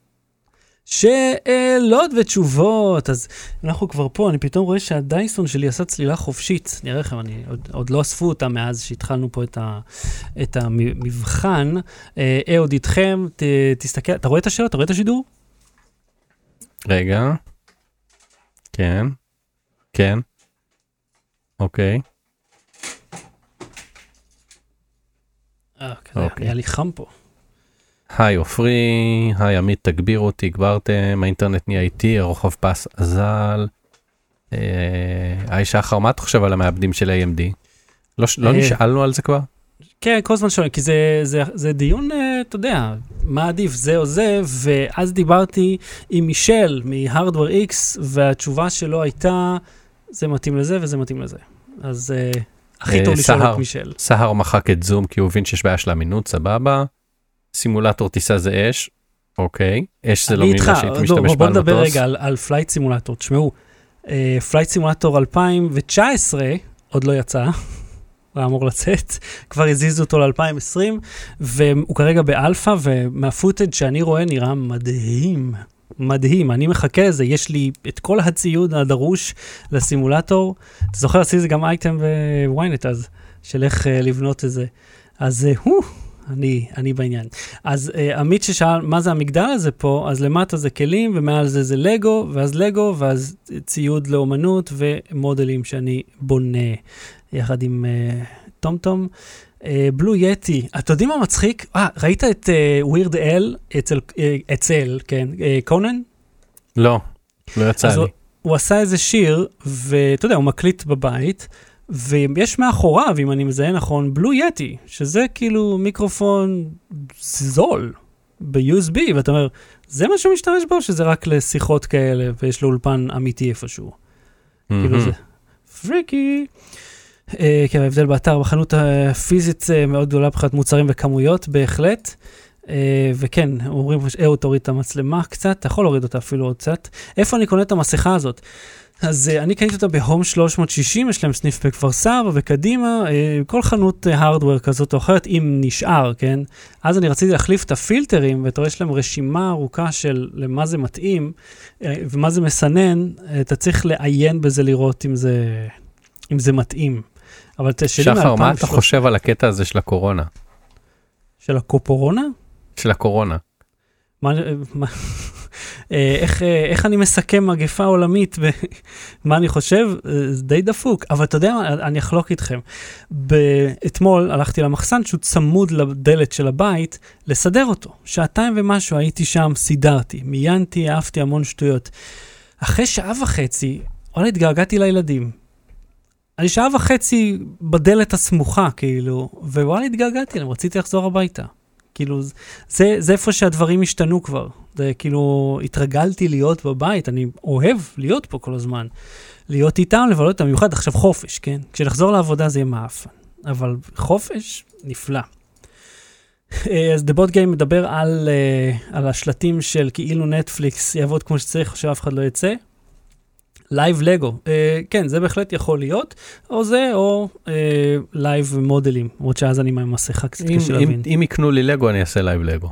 שאלות ותשובות. אז אנחנו כבר פה, אני פתאום רואה שהדייסון שלי עשה צלילה חופשית. נראה לכם, עוד לא אספו אותה מאז שהתחלנו פה את המבחן. עוד איתכם, תסתכל, אתה רואה את השאלות? אתה רואה את השידור? רגע. כן. אוקיי. היה לי חם פה. היי אופרי, היי עמית, תגביר אותי, גברתם, האינטרנט נהיה איתי, הרוחב פס אזל. היי שחר, מה אתה חושב על המעבדים של AMD? לא נשאלנו על זה כבר? כן, כל זמן שואל, כי זה דיון, אתה יודע, מה עדיף, זה או זה, ואז דיברתי עם מישל מ-Hardware X, והתשובה שלו הייתה, זה מתאים לזה וזה מתאים לזה. אז... הכי טוב לשאול את מישל. סהר מחק את זום כי הוא הבין שיש בעיה של אמינות, סבבה. סימולטור טיסה זה אש, אוקיי. אש זה לא מילה שהייתי משתמש בה על מטוס. בוא נדבר רגע על פלייט סימולטור. תשמעו, פלייט סימולטור 2019 עוד לא יצא, הוא אמור לצאת, כבר הזיזו אותו ל-2020, והוא כרגע באלפא, ומהפוטג' שאני רואה נראה מדהים, אני מחכה לזה, יש לי את כל הציוד הדרוש לסימולטור, אתה זוכר, עשיתי זה גם אייטם וויינט אז, של איך לבנות את זה, אז אני בעניין. אז עמית ששאל, מה זה המגדל הזה פה, אז למטה זה כלים, ומעל זה לגו, ואז ציוד לאומנות, ומודלים שאני בונה, יחד עם טום, בלו יטי, אתה יודעים מה מצחיק? ראית את ווירד אל אצל, כן, קונן? לא יצא לי. הוא עשה איזה שיר, ואתה יודע, הוא מקליט בבית, ויש מאחוריו, אם אני מזהה נכון, בלו יטי, שזה כאילו מיקרופון זול ב-USB, ואתה אומר, זה מה שהוא משתמש בו, שזה רק לשיחות כאלה, ויש לו אולפן אמיתי איפשהו. כאילו זה פריקי. כן, ההבדל באתר, בחנות הפיזית מאוד גדולה מבחינת מוצרים וכמויות, בהחלט. וכן, אומרים, תוריד את המצלמה קצת, אתה יכול להוריד אותה אפילו עוד קצת. איפה אני קונה את המסכה הזאת? אז אני קניתי אותה בהום 360, יש להם סניף בכפר סבא וקדימה, כל חנות הארדוור כזאת או אחרת, אם נשאר, כן? אז אני רציתי להחליף את הפילטרים, ואתה רואה, יש להם רשימה ארוכה של למה זה מתאים, ומה זה מסנן, אתה צריך לעיין בזה לראות אם זה מתאים. אבל שחר, מה אתה חושב על הקטע הזה של הקורונה? של הקופורונה? של הקורונה. איך אני מסכם מגפה עולמית, ומה אני חושב? זה די דפוק, אבל אתה יודע, אני אחלוק איתכם. אתמול הלכתי למחסן שהוא צמוד לדלת של הבית, לסדר אותו. 2 ומשהו הייתי שם, סידרתי, מיינתי, אהבתי המון שטויות. אחרי 1.5 שעה, וואלה, התגעגעתי לילדים. אני 1.5 שעה בדלת הסמוכה, כאילו, ווואלה, התגעגעתי, אני רציתי לחזור הביתה. כאילו, זה איפה שהדברים השתנו כבר. זה כאילו, התרגלתי להיות בבית, אני אוהב להיות פה כל הזמן. להיות איתם, לבלות אותם, במיוחד עכשיו חופש, כן? כשנחזור לעבודה זה יהיה מאפן. אבל חופש, נפלא. אז The Bot Game מדבר על השלטים של כאילו נטפליקס יעבוד כמו שצריך, שאף אחד לא יצא. לייב לגו, כן, זה בהחלט יכול להיות, או זה, או לייב מודלים, למרות שאז אני עם מסכה קצת קשה להבין. אם יקנו לי לגו, אני אעשה לייב לגו.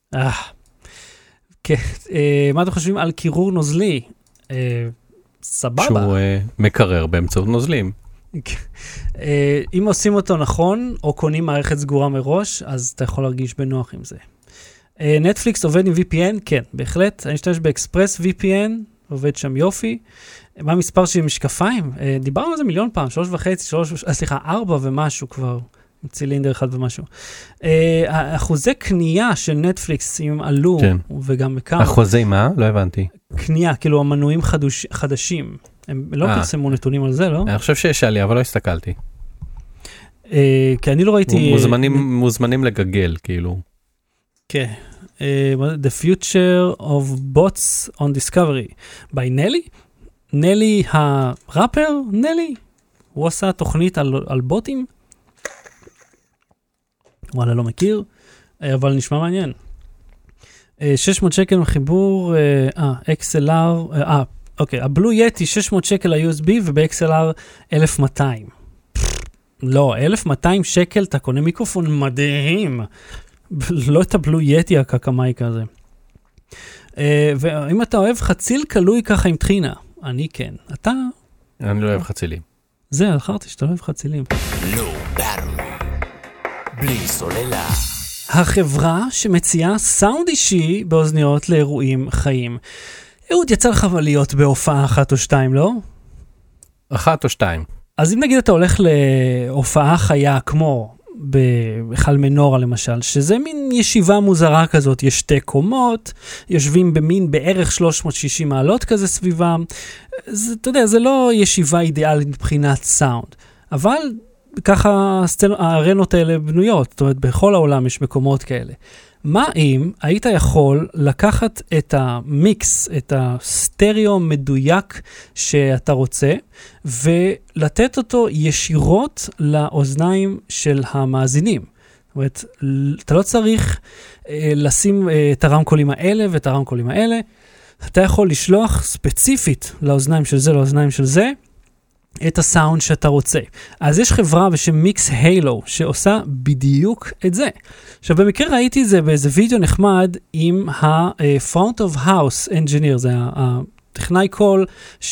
כן, מה אתם חושבים על קירור נוזלי? סבבה. שהוא מקרר באמצעות נוזלים. אם עושים אותו נכון, או קונים מערכת סגורה מראש, אז אתה יכול להרגיש בנוח עם זה. נטפליקס עובד עם VPN? כן, בהחלט. אני אשתמש באקספרס VPN, עובד שם יופי. מה המספר של משקפיים? דיברנו על זה מיליון פעם, 4 ומשהו כבר, צילינדר 1 ומשהו. אחוזי קנייה של נטפליקס עלו, כן. וגם מכמה. אחוזי מה? לא הבנתי. קנייה, כאילו המנויים חדשים. הם לא פרסמו נתונים על זה, לא? אני חושב שיש עלי, אבל לא הסתכלתי. כי אני לא ראיתי... מוזמנים לגגל, כאילו. כן. The Future of Bots on Discovery. by נלי? נלי הראפר? נלי? הוא עשה תוכנית על בוטים? וואלה, לא מכיר, אבל נשמע מעניין. 600 שקל מחיבור, XLR, אוקיי, הבלו יטי 600 שקל ה-USB וב-XLR 1200. לא, 1200 שקל אתה קונה מיקרופון מדהים. לא את הבלו יטי הקקמאי כזה. ואם אתה אוהב חציל קלוי ככה עם תחינה, אני כן. אתה? אני לא אוהב חצילים. זה, אחרתי שאתה לא אוהב חצילים. לא ברור. בלי סוללה. החברה שמציעה סאונד אישי באוזניות לאירועים חיים. אהוד, יצא לך להיות בהופעה 1 או 2, לא? 1 או 2. אז אם נגיד אתה הולך להופעה חיה כמו בחל מנורה למשל, שזה מין ישיבה מוזרה כזאת, יש 2 קומות, יושבים במין בערך 360 מעלות כזה סביבם, אתה יודע, זה לא ישיבה אידיאלית מבחינת סאונד, אבל ככה הארנות האלה בנויות, זאת אומרת, בכל העולם יש מקומות כאלה. מה אם היית יכול לקחת את המיקס, את הסטריאו מדויק שאתה רוצה, ולתת אותו ישירות לאוזניים של המאזינים? זאת אומרת, אתה לא צריך לשים את הרמקולים האלה ואת הרמקולים האלה, אתה יכול לשלוח ספציפית לאוזניים של זה, לאוזניים של זה, את הסאונד שאתה רוצה. אז יש חברה בשם מיקס הילו, שעושה בדיוק את זה. עכשיו, במקרה ראיתי את זה באיזה וידאו נחמד עם ה-Front of House Engineer, זה הטכנאי קול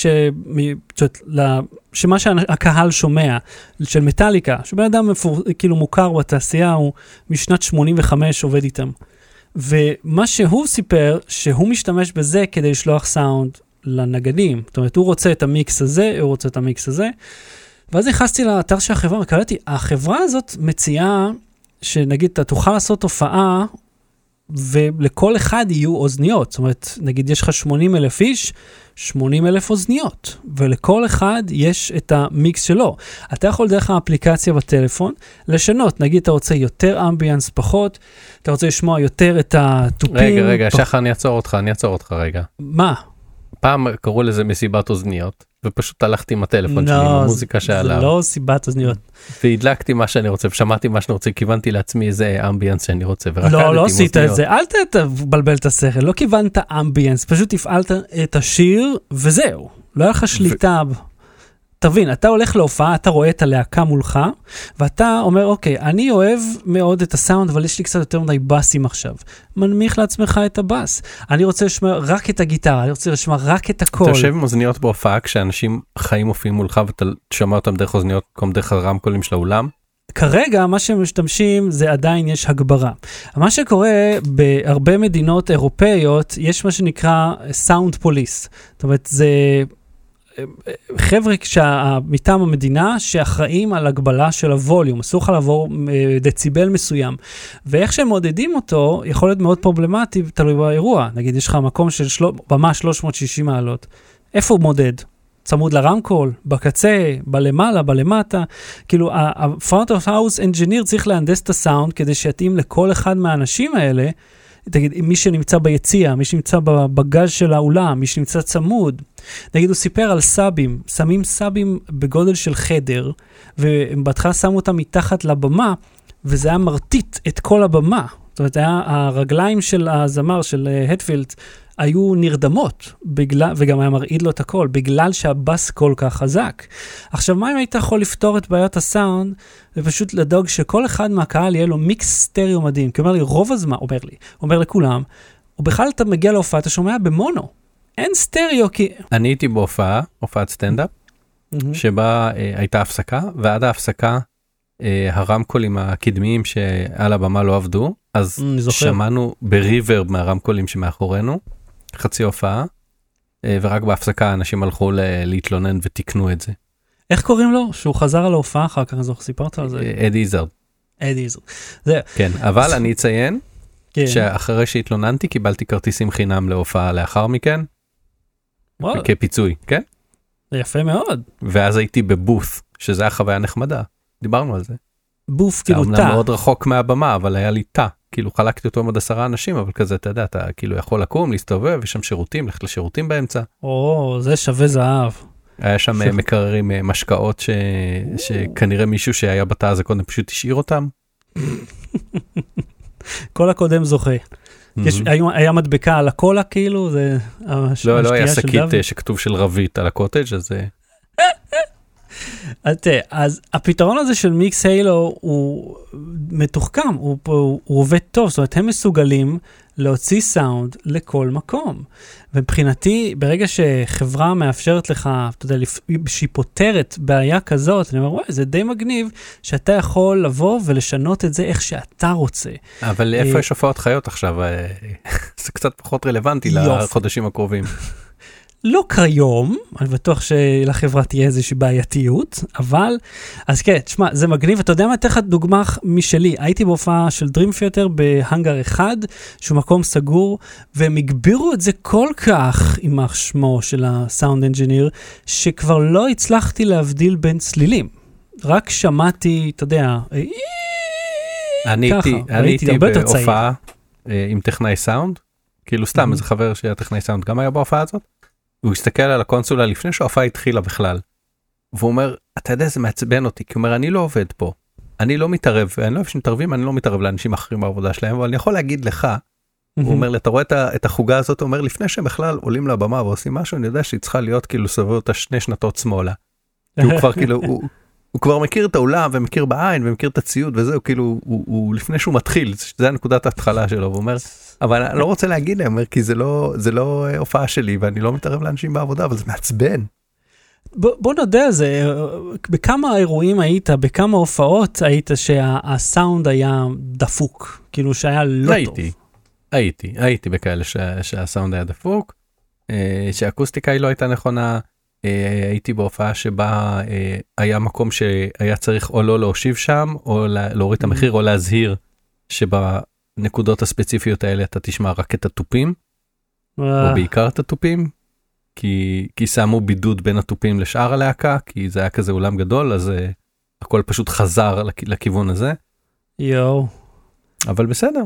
שמה שהקהל שומע, של מטליקה, שבן אדם כאילו מוכר בתעשייה, הוא משנת 85 עובד איתם. ומה שהוא סיפר, שהוא משתמש בזה כדי לשלוח סאונד לנגנים. זאת אומרת, הוא רוצה את המיקס הזה, הוא רוצה את המיקס הזה. ואז נכנסתי לאתר של החברה, וקראתי, החברה הזאת מציעה, שנגיד, אתה תוכל לעשות הופעה ולכל אחד יהיו אוזניות. זאת אומרת, נגיד יש לך 80,000 איש, 80,000 אוזניות, ולכל אחד יש את המיקס שלו. אתה יכול דרך האפליקציה בטלפון לשנות, נגיד אתה רוצה יותר אמביאנס פחות, אתה רוצה לשמוע יותר את הטופים. רגע, שחר, אני אעצור אותך רגע. מה? פעם קראו לזה מסיבת אוזניות, ופשוט הלכתי עם הטלפון שלי, עם המוזיקה שעליו. זה לא סיבת אוזניות. והדלקתי מה שאני רוצה, ושמעתי מה שאני רוצה, כיוונתי לעצמי איזה אמביאנס שאני רוצה, ורקדתי עם אוזניות. לא עשית את זה, אל תבלבל את השכל, לא כיוונת אמביאנס, פשוט הפעלת את השיר, וזהו. לא היה לך שליטה. תבין, אתה הולך להופעה, אתה רואה את הלהקה מולך, ואתה אומר, אוקיי, אני אוהב מאוד את הסאונד, אבל יש לי קצת יותר מדי בסים עכשיו. מנמיך לעצמך את הבס. אני רוצה לשמוע רק את הגיטרה, אני רוצה לשמוע רק את הקול. אתה יושב עם אוזניות בהופעה, כשאנשים חיים מופיעים מולך, ואתה שומע אותם דרך אוזניות, במקום דרך הרמקולים של האולם? כרגע, מה שהם משתמשים, זה עדיין יש הגברה. מה שקורה בהרבה מדינות אירופאיות, יש מה שנקרא סאונד פוליס. זאת אומרת, זה חבר'ה מטעם המדינה שאחראים על הגבלה של הווליום, אסור לך לעבור דציבל מסוים, ואיך שהם מודדים אותו, יכול להיות מאוד פרובלמטי, תלוי באירוע. נגיד, יש לך מקום של במה 360 מעלות. איפה הוא מודד? צמוד לרמקול, בקצה, בלמעלה, בלמטה. כאילו, ה-front of house engineer צריך להנדס את הסאונד, כדי שיתאים לכל אחד מהאנשים האלה, תגיד, מי שנמצא ביציע, מי שנמצא בגז של האולם, מי שנמצא צמוד. נגיד, הוא סיפר על סאבים, שמים סאבים בגודל של חדר, ובהתחלה שמו אותם מתחת לבמה, וזה היה מרטיט את כל הבמה. זאת אומרת, הרגליים של הזמר, של הטפילד, היו נרדמות, וגם היה מרעיד לו את הכל, בגלל שהבס כל כך חזק. עכשיו, מה אם היית יכול לפתור את בעיות הסאונד, ופשוט לדאוג שכל אחד מהקהל יהיה לו מיקס סטריאו מדהים? כי אומר לי, רוב הזמן, אומר לכולם, ובכלל אתה מגיע להופעה, אתה שומע במונו. אין סטריאו, כי... אני הייתי הופעת סטנדאפ, שבה הייתה הפסקה, ועד ההפסקה, הרמקולים הקדמיים שעל הבמה לא עבדו, אז שמענו בריברב מהרמקולים שמאחורינו, חצי הופעה, ורק בהפסקה אנשים הלכו להתלונן ותקנו את זה. איך קוראים לו? שהוא חזר על ההופעה אחר כך, אז סיפרת על זה. אדי איזרד. אדי איזרד. כן, אבל אני אציין, שאחרי שהתלוננתי, קיבלתי כרטיסים חינם להופעה לאחר מכן, כפיצוי, כן? זה יפה מאוד. ואז הייתי בבוף, שזה היה חוויה נחמדה. דיברנו על זה. בוף כאילו תא. זה אמנם מאוד רחוק מהבמה, אבל היה לי תא. כאילו חלקתי אותו עם עוד 10 אנשים, אבל כזה, אתה יודע, אתה כאילו יכול לקום, להסתובב, יש שם שירותים, ללכת לשירותים באמצע. זה שווה זהב. היה שם מקררים משקאות שכנראה מישהו שהיה בתא הזה קודם פשוט השאיר אותם. כל הקודם זוכה. היה מדבקה על הקולה כאילו, זה... לא, היה שקית שכתוב של רבית על הקוטג' אז זה... אז הפתרון הזה של מיקס הילו הוא מתוחכם, הוא עובד טוב, זאת אומרת, הם מסוגלים להוציא סאונד לכל מקום. ומבחינתי, ברגע שחברה מאפשרת לך, אתה יודע, שהיא פותרת בעיה כזאת, אני אומר, וואי, זה די מגניב שאתה יכול לבוא ולשנות את זה איך שאתה רוצה. אבל איפה יש הופעות חיות עכשיו? זה קצת פחות רלוונטי לחודשים הקרובים. לא כיום, אני בטוח שלחברה תהיה איזושהי בעייתיות, אבל, אז כן, תשמע, זה מגניב, אתה יודע מה, תכף דוגמה משלי, הייתי בהופעה של Dream Theater בהנגר 1, שהוא מקום סגור, והם הגבירו את זה כל כך, עם השמו של הסאונד אנג'יניר, שכבר לא הצלחתי להבדיל בין צלילים. רק שמעתי, אתה יודע, אני הייתי בהופעה עם טכנאי סאונד, כאילו סתם, איזה חבר שהיה טכנאי סאונד, גם היה בהופעה הזאת, והוא הסתכל על הקונסולה לפני שההופעה התחילה בכלל. והוא אומר, אתה יודע, זה מעצבן אותי, כי הוא אומר, אני לא עובד פה. אני לא מתערב, אני לא אוהב שמתערבים, אני לא מתערב לאנשים אחרים בעבודה שלהם, אבל אני יכול להגיד לך, הוא אומר לי, אתה רואה את החוגה הזאת, הוא אומר, לפני שהם בכלל עולים לבמה ועושים משהו, אני יודע שהיא צריכה להיות כאילו סובב אותה 2 שנתות שמאלה. הוא כבר כאילו, הוא כבר מכיר את האולם, ומכיר בעין, ומכיר את הציוד, וזהו, כאילו, הוא לפני שהוא מתחיל, זה הנקודת ההתחלה שלו, הוא אומר, אבל אני לא רוצה להגיד להם, כי זה לא הופעה שלי, ואני לא מתערב לאנשים בעבודה, אבל זה מעצבן. בוא נדע על זה, בכמה אירועים היית, בכמה הופעות היית שהסאונד היה דפוק, כאילו שהיה לא טוב? הייתי בכאלה שהסאונד היה דפוק, שהאקוסטיקה היא לא הייתה נכונה, הייתי בהופעה שבה היה מקום שהיה צריך או לא להושיב שם, או להוריד את המחיר, או להזהיר בנקודות הספציפיות האלה אתה תשמע רק את הטופים, או בעיקר את הטופים, כי שמו בידוד בין הטופים לשאר הלהקה, כי זה היה כזה אולם גדול, אז הכל פשוט חזר לכיוון הזה. יואו. אבל בסדר.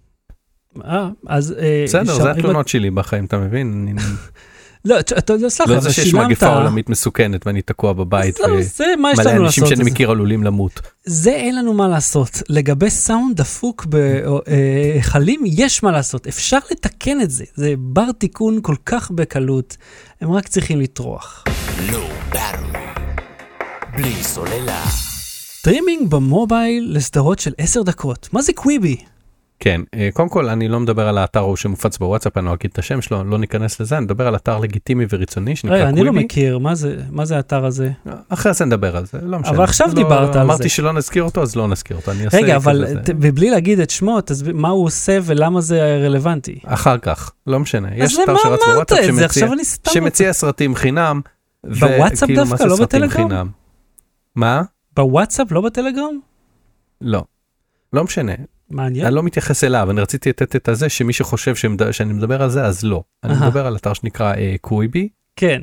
אז... בסדר, זה התלונות שלי בחיים, אתה מבין? לא, אתה יודע, סלחה, לא זה שיש מגפה עולמית מסוכנת ואני תקוע בבית, ומלא אנשים שאני מכיר עלולים למות. זה אין לנו מה לעשות. לגבי סאונד דפוק בחלים, יש מה לעשות. אפשר לתקן את זה. זה בר תיקון כל כך בקלות. הם רק צריכים לטרוח. Low Battery. בלי סוללה. סטרימינג במובייל לסדרות של 10 דקות. מה זה קוויבי? כן, קודם כל אני לא מדבר על האתר שמופץ בוואטסאפ, אני לא אגיד את השם שלו, לא ניכנס לזה, אני מדבר על אתר לגיטימי ורצוני שנקרא קוויבי. אני לא מכיר, מה זה האתר הזה? אחרי זה נדבר על זה, לא משנה. אבל עכשיו דיברת על זה. אמרתי שלא נזכיר אותו, אז לא נזכיר אותו. רגע, אבל בלי להגיד את שמו, מה הוא עושה ולמה זה רלוונטי? אחר כך, לא משנה. אז למה אמרת את זה? עכשיו אני סתם... שמציע סרטים חינם. בוואטסאפ דווקא, לא בטלגרם? מה? בוואטסאפ, לא בטלגרם? לא. לא משנה. מעניין. אני לא מתייחס אליו, אני רציתי לתת את זה, שמי שחושב שאני מדבר על זה, אז לא. אני מדבר על אתר שנקרא קוויבי, כן.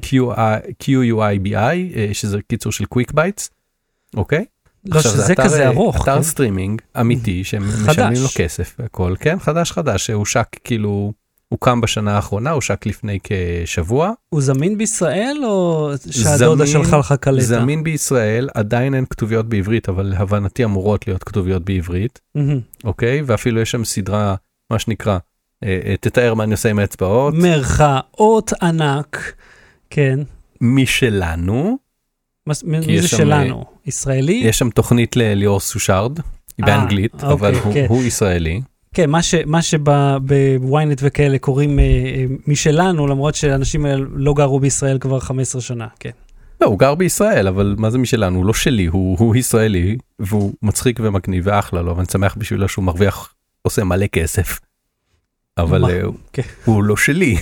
QUIBI, שזה קיצור של קוויק בייטס, אוקיי? לא שזה כזה ארוך. אתר סטרימינג אמיתי, שמשלמים לו כסף והכל, כן? חדש, שהושק כאילו, הוא קם בשנה האחרונה, הושק לפני כשבוע. הוא זמין בישראל או שהדודה שלך לך קלטה? זמין בישראל, עדיין אין כתוביות בעברית, אבל להבנתי אמורות להיות כתוביות בעברית, אוקיי? ואפילו יש שם סדרה, מה שנקרא, תתאר מה אני עושה עם האצבעות. מרכאות ענק, כן. משלנו. מי זה שלנו? ישראלי? יש שם תוכנית לליאור סושארד, היא באנגלית, אבל הוא ישראלי. כן, מה שבוויינט וכאלה קוראים משלנו, למרות שאנשים לא גרו בישראל כבר 15 שנה, כן. לא, הוא גר בישראל, אבל מה זה משלנו? הוא לא שלי, הוא ישראלי, והוא מצחיק ומגניב ואחלה לו, ואני שמח בשבילו שהוא מרוויח, עושה מלא כסף. אבל הוא לא שלי.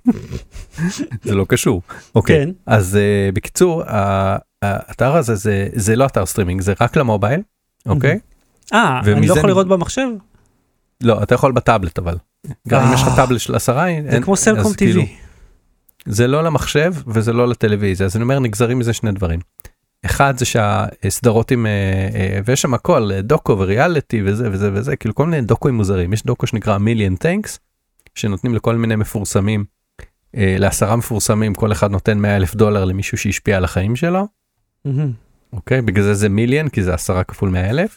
זה לא קשור. אוקיי, אז בקיצור, האתר הזה זה לא אתר סטרימינג, זה רק למובייל, אוקיי? אני לא יכול לראות במחשב? לא, אתה יכול בטאבלט, אבל. גם אם יש לך טאבלט של 10, זה כמו סלקום TV. זה לא למחשב וזה לא לטלוויזיה, אז אני אומר, נגזרים מזה שני דברים. אחד זה שהסדרות עם, ויש שם הכל, דוקו וריאליטי וזה וזה וזה, כאילו כל מיני דוקוים מוזרים. יש דוקו שנקרא Million Thanks, שנותנים לכל מיני מפורסמים, ל10 מפורסמים, כל אחד נותן $100,000 למישהו שהשפיע על החיים שלו. אוקיי, בגלל זה מיליון, כי זה 10 כפול 100,000.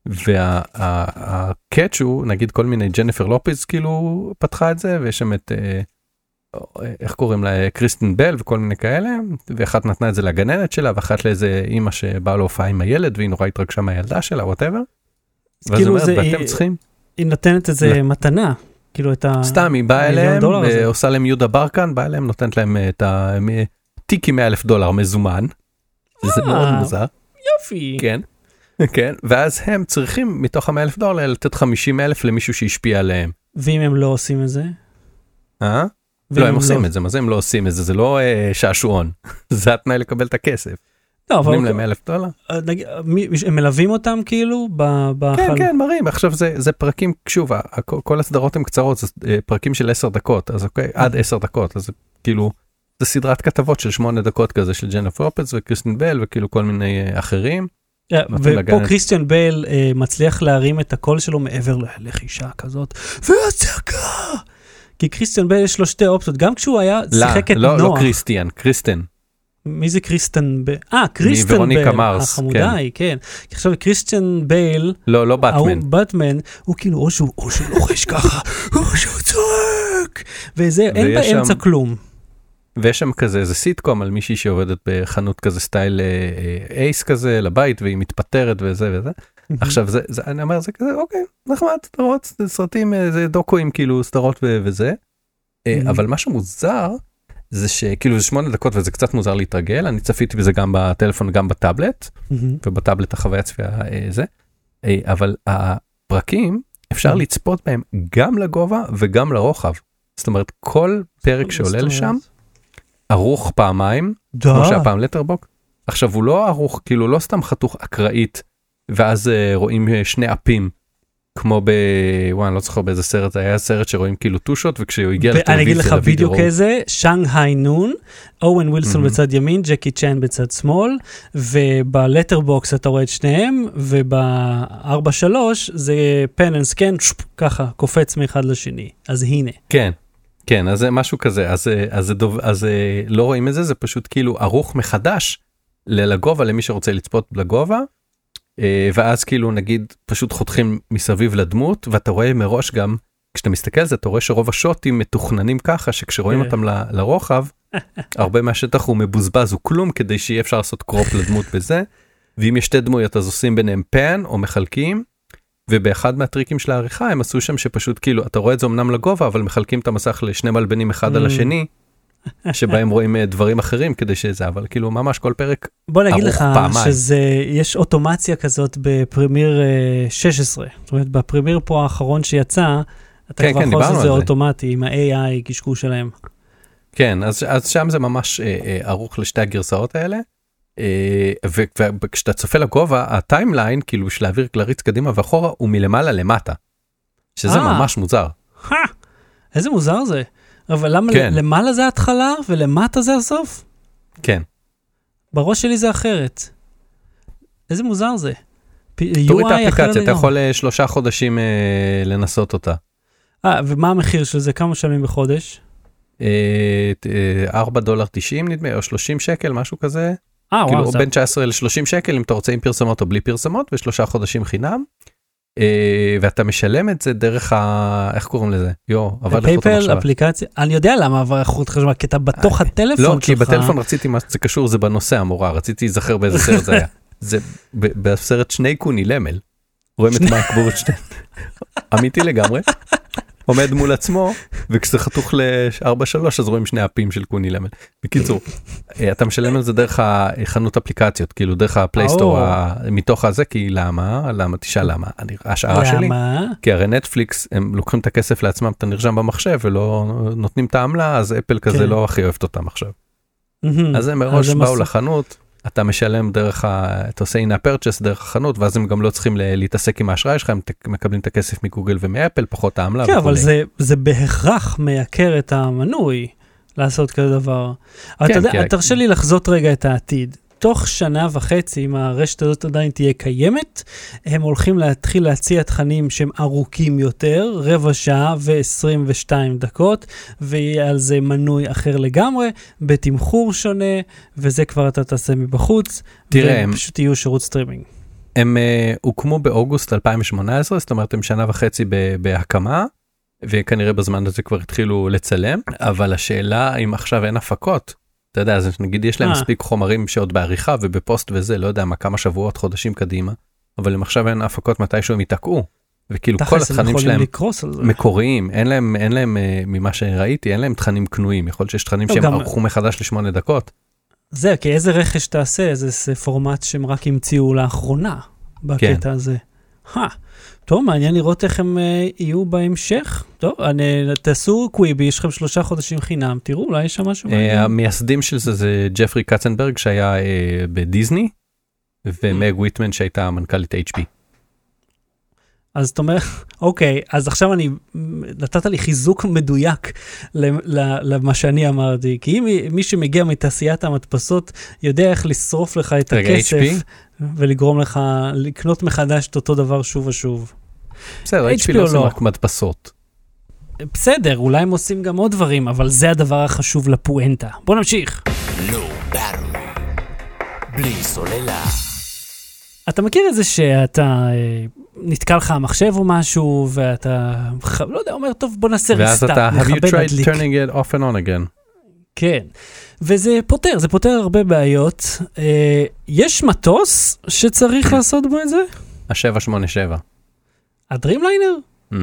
והקאץ' הוא, נגיד כל מיני ג'ניפר לופז כאילו פתחה את זה, ויש שם את, איך קוראים לה, קריסטן בל וכל מיני כאלה, ואחת נתנה את זה לגננת שלה, ואחת לאיזה אימא שבאה להופעה עם הילד, והיא נורא התרגשה מהילדה שלה, whatever. ואז אומרת, ואתם צריכים? היא נותנת את זה מתנה, כאילו את ה... סתם, היא באה אליהם, עושה להם יהודה ברקן, באה אליהם, נותנת להם את התיקי $100,000 מזומן, זה מאוד מוזר. יופי. כן. כן, ואז הם צריכים מתוך $100,000 לתת 50,000 למישהו שהשפיע עליהם. ואם הם לא עושים את זה? לא, הם עושים את זה, מה זה הם לא עושים את זה? זה לא שעשועון. זה התנאי לקבל את הכסף. נותנים להם $100,000. הם מלווים אותם כאילו? כן, כן, מראים. עכשיו זה פרקים, שוב, כל הסדרות הן קצרות, זה פרקים של 10 דקות, אז אוקיי, עד 10 דקות, אז כאילו, זה סדרת כתבות של 8 דקות כזה, של ג'ניפר לופז וקריסטן בל וכאילו כל מיני אחרים. ופה קריסטיאן בייל מצליח להרים את הקול שלו מעבר ללחישה כזאת, והצעקה! כי קריסטיאן בייל יש לו שתי אופציות, גם כשהוא היה שיחק את נוח. לא קריסטיאן, קריסטן. מי זה קריסטן בייל? קריסטן בייל, החמודה היא, כן. כי עכשיו קריסטיאן בייל, לא באטמן, הוא כאילו או שהוא לוחש ככה, או שהוא צועק, וזה, אין באמצע כלום. ויש שם כזה, איזה סיטקום על מישהי שעובדת בחנות כזה סטייל אייס כזה לבית, והיא מתפטרת וזה וזה. עכשיו, אני אומר, זה כזה, אוקיי, נחמד, סדרות, סרטים, זה דוקוים כאילו, סדרות וזה. אבל משהו מוזר, זה שכאילו זה 8 דקות וזה קצת מוזר להתרגל, אני צפיתי בזה גם בטלפון, גם בטאבלט, ובטאבלט החוויה צפייה זה. אבל הפרקים, אפשר לצפות בהם גם לגובה וגם לרוחב. זאת אומרת, כל פרק שעולה לשם, ערוך פעמיים, כמו שהפעם לטרבוק. עכשיו הוא לא ערוך, כאילו לא סתם חתוך אקראית, ואז רואים שני אפים, כמו וואי, אני לא זוכר באיזה סרט, זה היה סרט שרואים כאילו טושות, וכשהוא הגיע אני אגיד לטלוויזיה, לך בדיוק איזה, שאנגהאי נון, אוון ווילסון בצד ימין, ג'קי צ'אן בצד שמאל, ובלטרבוקס אתה רואה את שניהם, וב-4-3 זה פן אנד סקן, ככה, קופץ מאחד לשני. אז הנה. כן, כן, אז זה משהו כזה, אז לא רואים את זה, זה פשוט כאילו ערוך מחדש לגובה, למי שרוצה לצפות לגובה, ואז כאילו נגיד פשוט חותכים מסביב לדמות, ואתה רואה מראש גם, כשאתה מסתכל על זה, אתה רואה שרוב השוטים מתוכננים ככה, שכשרואים אותם לרוחב, הרבה מהשטח הוא מבוזבז, הוא כלום, כדי שיהיה אפשר לעשות קרופ לדמות בזה, ואם יש שתי דמויות, אז עושים ביניהם פן או מחלקים, ובאחד מהטריקים של העריכה, הם עשו שם שפשוט כאילו, אתה רואה את זה אמנם לגובה, אבל מחלקים את המסך לשני מלבנים אחד על השני, שבהם רואים דברים אחרים כדי שזה, אבל כאילו ממש כל פרק בוא נגיד לך שיש אוטומציה כזאת בפרמיר 16, זאת אומרת בפרמיר פה האחרון שיצא, אתה כבר יכול לעשות את זה אוטומטי עם ה-AI קשקוש שלהם. כן, אז שם זה ממש ערוך לשתי הגרסאות האלה, וכשאתה צופה לגובה, הטיימליין, כאילו בשביל להעביר להריץ קדימה ואחורה, הוא מלמעלה למטה, שזה ממש מוזר. איזה מוזר זה. אבל למה למעלה זה ההתחלה ולמטה זה הסוף? כן. בראש שלי זה אחרת. איזה מוזר זה. תוריד את האפליקציה, אתה יכול 3 חודשים לנסות אותה. ומה המחיר של זה? כמה משלמים בחודש? $4.90 נדמה, או 30 שקל, משהו כזה. כאילו בין 19 ל-30 שקל, אם אתה רוצה עם פרסמות או בלי פרסמות, ו3 חודשים חינם. ואתה משלם את זה דרך איך קוראים לזה? עבד לחוט המחשבה. פייפל, אפליקציה, אני יודע למה עבר לחוט חשמל, כי אתה בתוך הטלפון שלך. לא, כי בטלפון רציתי מה זה קשור, זה בנושא המורה, רציתי להיזכר באיזה סרט זה היה. זה בסרט שני קוני למל, רואים את מייק בורנשטיין, אמיתי לגמרי, עומד מול עצמו, וכשזה חתוך ל-4-3, אז רואים שני אפים של קוני למל. בקיצור, אתה משלם על זה דרך החנות אפליקציות, כאילו דרך הפלייסטור, מתוך הזה, כי למה? תשאל למה? השערה שלי, כי הרי נטפליקס, הם לוקחים את הכסף לעצמם, אתה נרשם במחשב, ולא נותנים את העמלה, אז אפל כזה לא הכי אוהבת אותם עכשיו. אז הם מראש באו לחנות, אתה משלם דרך, אתה עושה הנה פרצ'ס דרך החנות, ואז הם גם לא צריכים להתעסק עם האשראי שלך, הם מקבלים את הכסף מגוגל ומאפל, פחות העמלה. כן, אבל זה בהכרח מייקר את המנוי לעשות כזה דבר. תרשה לי לחזות רגע את העתיד. תוך 1.5 שנה, אם הרשת הזאת עדיין תהיה קיימת, הם הולכים להתחיל להציע תכנים שהם ארוכים יותר, 15 שעה ו22 דקות, ויהיה על זה מנוי אחר לגמרי, בתמחור שונה, וזה כבר אתה תעשה מבחוץ, ופשוט יהיו שירות סטרימינג. הם הוקמו באוגוסט 2018, זאת אומרת הם 1.5 שנה בהקמה, וכנראה בזמן הזה כבר התחילו לצלם, אבל השאלה אם עכשיו אין הפקות, אתה יודע, אז נגיד יש להם מספיק חומרים שעוד בעריכה ובפוסט וזה, לא יודע מה, כמה שבועות, חודשים קדימה, אבל אם עכשיו אין הפקות מתישהו הם יתקעו, וכאילו כל התכנים שלהם מקוריים, אין להם, ממה שראיתי, אין להם תכנים קנויים, יכול להיות שיש תכנים שהם ערכו מחדש ל8 דקות. זה, כי איזה רכש תעשה, זה פורמט שהם רק המציאו לאחרונה, בקטע הזה. טוב, מעניין לראות איך הם יהיו בהמשך. טוב, תעשו קוויבי, יש לכם 3 חודשים חינם, תראו, אולי יש שם משהו מעניין. המייסדים של זה ג'פרי קצנברג, שהיה בדיזני, ומג וויטמן, שהייתה מנכ"לית HP. אז זאת אומרת, אוקיי, אז עכשיו נתת לי חיזוק מדויק למה שאני אמרתי, כי אם מי שמגיע מתעשיית המדפסות, יודע איך לשרוף לך את הכסף, ולגרום לך לקנות מחדש את אותו דבר שוב ושוב. בסדר, HP לא עושים רק מדפסות. בסדר, אולי הם עושים גם עוד דברים, אבל זה הדבר החשוב לפואנטה. בוא נמשיך. בלי סוללה. אתה מכיר את זה שאתה נתקע לך המחשב או משהו, ואתה, לא יודע, אומר, טוב, בוא נעשה ריסטארט. ואז אתה, have you tried turning it off and on again? כן. וזה פותר, זה פותר הרבה בעיות. יש מטוס שצריך לעשות בו את זה? ה-787. הדרימליינר?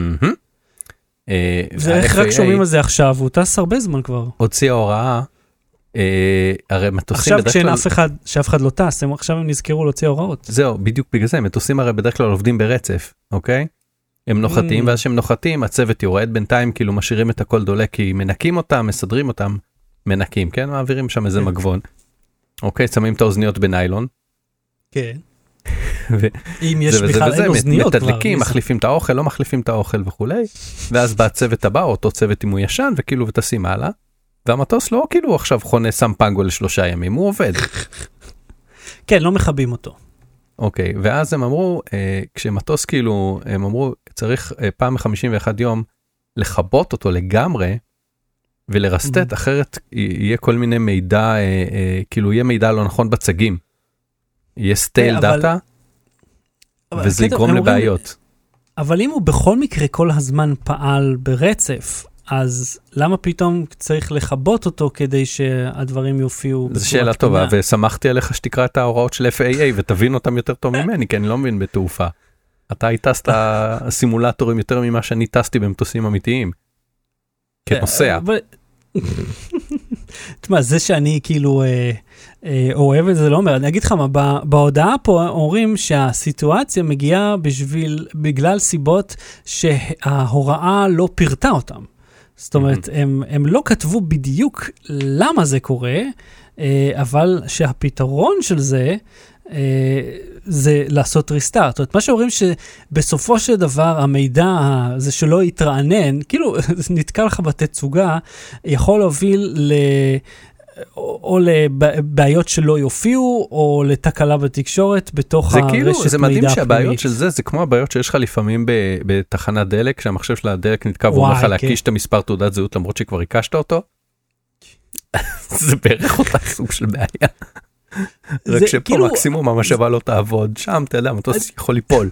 ואיך רק שומעים על זה עכשיו, הוא טס הרבה זמן כבר. הוציא ההוראה, הרי מטוסים עכשיו שאף אחד לא טס, עכשיו הם נזכרו להוציא הוראות. זהו, בדיוק בגלל זה, מטוסים הרי בדרך כלל עובדים ברצף, אוקיי? הם נוחתים, ואז שהם נוחתים, הצוות יורד בינתיים, כאילו משאירים את הכל דולה, כי מנקים אותם, מסדרים אותם, מנקים, כן? מעבירים שם איזה מגבון. אוקיי, שמים את האוזניות בניילון. כן. אם יש בכלל אין אוזניות כבר. מתדלקים, מחליפים את האוכל, לא מחליפים את האוכל וכולי, ואז בא הצוות הבא, אותו צוות אם הוא ישן, וכאילו ותשים הלאה, והמטוס לא כאילו עכשיו חונה שם פנגו ל3 ימים, הוא עובד. כן, לא מחבים אותו. אוקיי, ואז הם אמרו, כשמטוס כאילו, הם אמרו, צריך פעם ב51 יום לכבות אותו לגמרי, ולרסטט, אחרת יהיה כל מיני מידע, כאילו יהיה מידע לא נכון בצגים. יהיה סטייל דאטה, וזה יגרום לבעיות. אבל אם הוא בכל מקרה כל הזמן פעל ברצף, אז למה פתאום צריך לכבות אותו כדי שהדברים יופיעו? זו שאלה טובה, ושמחתי עליך שתקרא את ההוראות של FAA ותבין אותם יותר טוב ממני, כי אני לא מבין בתעופה. אתה היטסת סימולטורים יותר ממה שאני טסתי במטוסים אמיתיים. כנוסע. תשמע, זה שאני כאילו אוהב את זה לא אומר. אני אגיד לך מה, בהודעה פה אומרים שהסיטואציה מגיעה בגלל סיבות שההוראה לא פירטה אותם. זאת אומרת, הם לא כתבו בדיוק למה זה קורה, אבל שהפתרון של זה, זה לעשות ריסטארט. זאת אומרת, מה שאומרים שבסופו של דבר המידע הזה שלא יתרענן, כאילו נתקע לך בתצוגה, יכול להוביל או לבעיות שלא יופיעו, או לתקלה בתקשורת בתוך הרשת מידע הפנימית. זה מדהים שהבעיות של זה כמו הבעיות שיש לך לפעמים בתחנת דלק, שהמחשב של הדלק נתקע ואומר לך להקיש את המספר תעודת זהות למרות שכבר הקשת אותו. זה בערך אותה סוג של בעיה. רק שפה מקסימום המשאבה לא תעבוד, שם אתה יודע, מטוס יכול ליפול.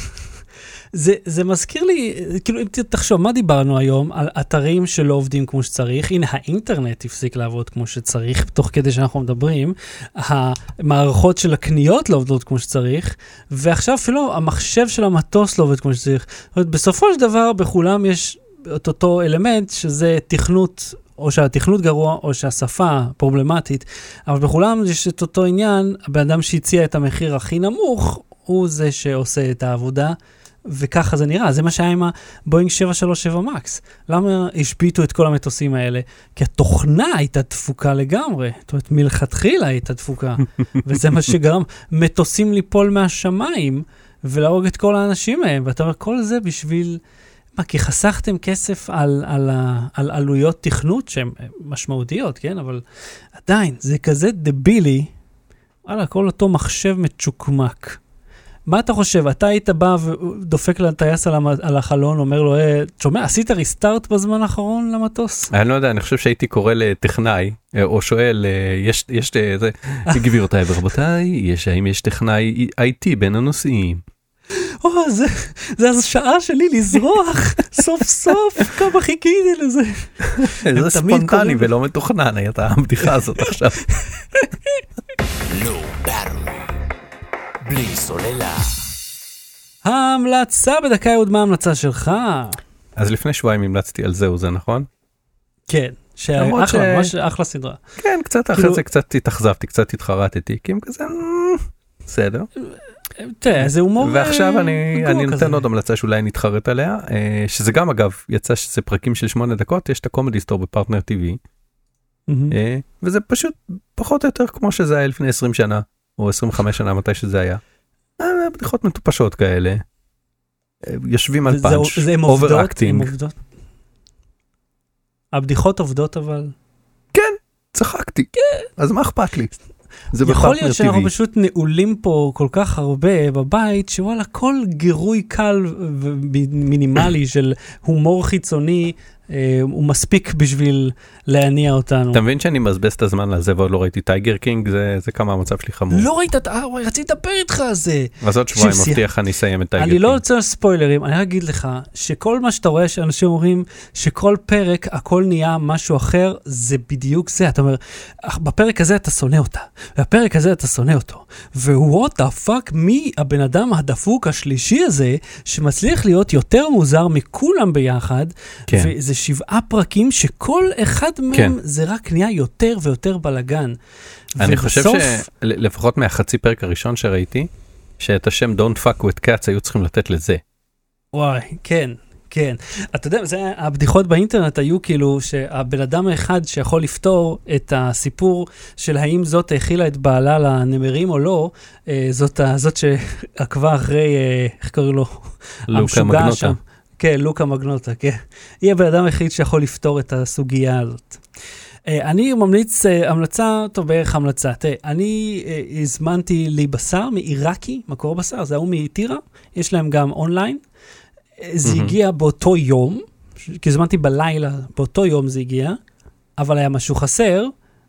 זה מזכיר לי, כאילו אם תחשוב, מה דיברנו היום על אתרים שלא עובדים כמו שצריך, הנה האינטרנט הפסיק לעבוד כמו שצריך, תוך כדי שאנחנו מדברים, המערכות של הקניות לא עובדות כמו שצריך, ועכשיו אפילו המחשב של המטוס לא עובד כמו שצריך. זאת אומרת, בסופו של דבר בכולם יש את אותו אלמנט שזה תכנות, או שהתכנות גרוע, או שהשפה פרובלמטית, אבל בכולם יש את אותו עניין, הבן אדם שהציע את המחיר הכי נמוך, הוא זה שעושה את העבודה, וככה זה נראה. זה מה שהיה עם הבואינג 737 מקס. למה השביטו את כל המטוסים האלה? כי התוכנה הייתה דפוקה לגמרי. זאת אומרת, מלכתחילה הייתה דפוקה. וזה מה שגרם מטוסים ליפול מהשמיים, ולהרוג את כל האנשים מהם. ואתה אומר, כל זה בשביל... מה, כי חסכתם כסף על עלויות תכנות שהן משמעותיות, כן? אבל עדיין, זה כזה דבילי. וואלה, כל אותו מחשב מצ'וקמק. מה אתה חושב? אתה היית בא ודופק לטייס על החלון, אומר לו, שומע, עשית ריסטארט בזמן האחרון למטוס? אני לא יודע, אני חושב שהייתי קורא לטכנאי, או שואל, יש, גבירותיי ורבותיי, האם יש טכנאי IT בין הנושאים? זה השעה שלי לזרוח, סוף סוף, כמה חיכיתי לזה. זה ספונטני ולא מתוכנן, הייתה הבדיחה הזאת עכשיו. לא ברור. בלי סוללה. ההמלצה בדקה יהוד, מה ההמלצה שלך? אז לפני שבועיים המלצתי על זהו, זה נכון? כן, אחלה סדרה. כן, קצת אחרי זה קצת התאכזבתי, קצת התחרטתי, כי הם כזה, בסדר. תראה, זה הומור... ועכשיו אני נותן עוד המלצה שאולי נתחרט עליה, שזה גם אגב, יצא שזה פרקים של 8 דקות, יש את הקומדי סטור בפרטנר TV, וזה פשוט פחות או יותר כמו שזה היה לפני 20 שנה, או 25 שנה, מתי שזה היה. בדיחות מטופשות כאלה. יושבים על פאנץ', אובר-אקטינג. הבדיחות עובדות אבל... כן, צחקתי. אז מה אכפת לי? יכול להיות שאנחנו פשוט נעולים פה כל כך הרבה בבית, שוואלה, כל גירוי קל ומינימלי של הומור חיצוני, הוא מספיק בשביל להניע אותנו. אתה מבין שאני מבזבז את הזמן לזה ועוד לא ראיתי טייגר קינג? זה כמה המצב שלי חמור. לא ראית, רציתי לדבר איתך על זה. אז עוד שבועיים מבטיח אני אסיים את טייגר קינג. אני לא רוצה ספוילרים, אני אגיד לך שכל מה שאתה רואה שאנשים אומרים שכל פרק הכל נהיה משהו אחר, זה בדיוק זה. אתה אומר, בפרק הזה אתה שונא אותה, והפרק הזה אתה שונא אותו. what the fuck, מי הבן אדם הדפוק השלישי הזה שמצליח להיות יותר מוזר מכולם ביחד, וזה 7 פרקים שכל אחד מהם זה רק נהיה יותר ויותר בלגן. אני חושב שלפחות מהחצי פרק הראשון שראיתי, שאת השם Don't Fuck with Cats היו צריכים לתת לזה. וואי, כן. כן, אתה יודע, הבדיחות באינטרנט היו כאילו שהבן אדם האחד שיכול לפתור את הסיפור של האם זאת הכילה את בעלה לנמרים או לא, זאת שעקבה אחרי, איך קוראים לו? לוקה מגנוטה. כן, לוקה מגנוטה, כן. היא הבן אדם היחיד שיכול לפתור את הסוגיה הזאת. אני ממליץ המלצה, טוב בערך המלצה. אני הזמנתי לי בשר מעיראקי, מקור בשר, זה הוא מטירה, יש להם גם אונליין. זה הגיע באותו יום, כי הזמנתי בלילה, באותו יום זה הגיע, אבל היה משהו חסר,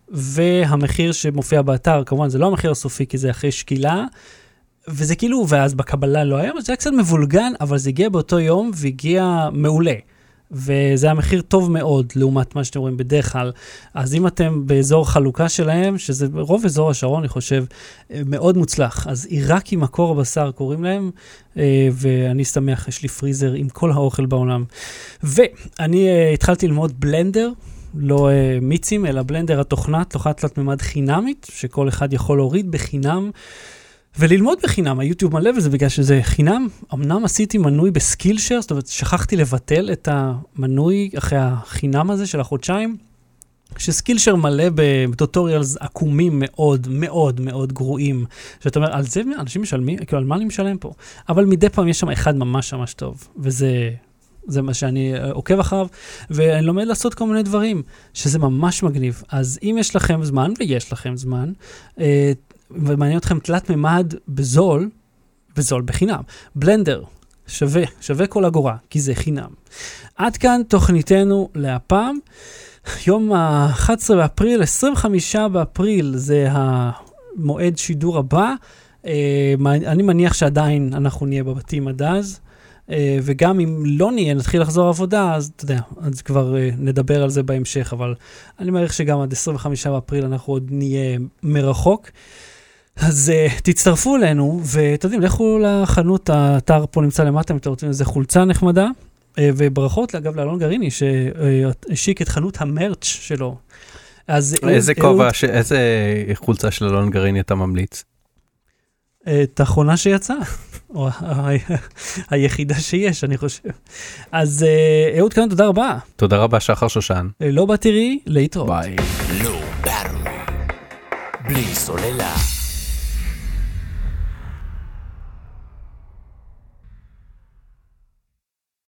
והמחיר שמופיע באתר, כמובן זה לא המחיר הסופי, כי זה אחרי שקילה, וזה כאילו, ואז בקבלה לא היה, זה היה קצת מבולגן, אבל זה הגיע באותו יום, והגיע מעולה. וזה המחיר טוב מאוד, לעומת מה שאתם רואים בדרך כלל. אז אם אתם באזור חלוקה שלהם, שזה רוב אזור השרון, אני חושב, מאוד מוצלח. אז עיראקי מקור הבשר קוראים להם, ואני שמח, יש לי פריזר עם כל האוכל בעולם. ואני התחלתי ללמוד בלנדר, לא מיצים, אלא בלנדר התוכנת תלת ממד חינמית, שכל אחד יכול להוריד בחינם, וללמוד בחינם, היוטיוב מלא, וזה בגלל שזה חינם. אמנם עשיתי מנוי בסקילשר, זאת אומרת, שכחתי לבטל את המנוי אחרי החינם הזה של החודשיים, שסקילשר מלא בטוטוריאלס עקומים מאוד, מאוד, מאוד גרועים. שאתה אומר, על זה אנשים משלמים? כאילו, על מה אני משלם פה? אבל מדי פעם יש שם אחד ממש ממש טוב, וזה מה שאני עוקב אחריו, ואני לומד לעשות כל מיני דברים, שזה ממש מגניב. אז אם יש לכם זמן, ויש לכם זמן, ומעניין אתכם תלת ממד בזול בחינם. בלנדר, שווה כל אגורה, כי זה חינם. עד כאן תוכניתנו להפעם. יום ה-11 באפריל, 25 באפריל, זה המועד שידור הבא. אני מניח שעדיין אנחנו נהיה בבתים עד אז. וגם אם לא נהיה, נתחיל לחזור עבודה, אז אתה יודע, אז כבר נדבר על זה בהמשך, אבל אני מעריך שגם עד 25 באפריל אנחנו עוד נהיה מרחוק. אז תצטרפו אלינו, ואתם יודעים, לכו לחנות, האתר פה נמצא למטה, אם אתם רוצים איזה חולצה נחמדה, וברכות, אגב, לאלון גריני, שהשיק את חנות המרץ' שלו. איזה כובע, איזה חולצה של אלון גריני אתה ממליץ? את האחרונה שיצאה, או היחידה שיש, אני חושב. אז אהוד כאן, תודה רבה. תודה רבה, שחר שושן. לא בתירי, להתראות. ביי. לא באטל. בלי סוללה.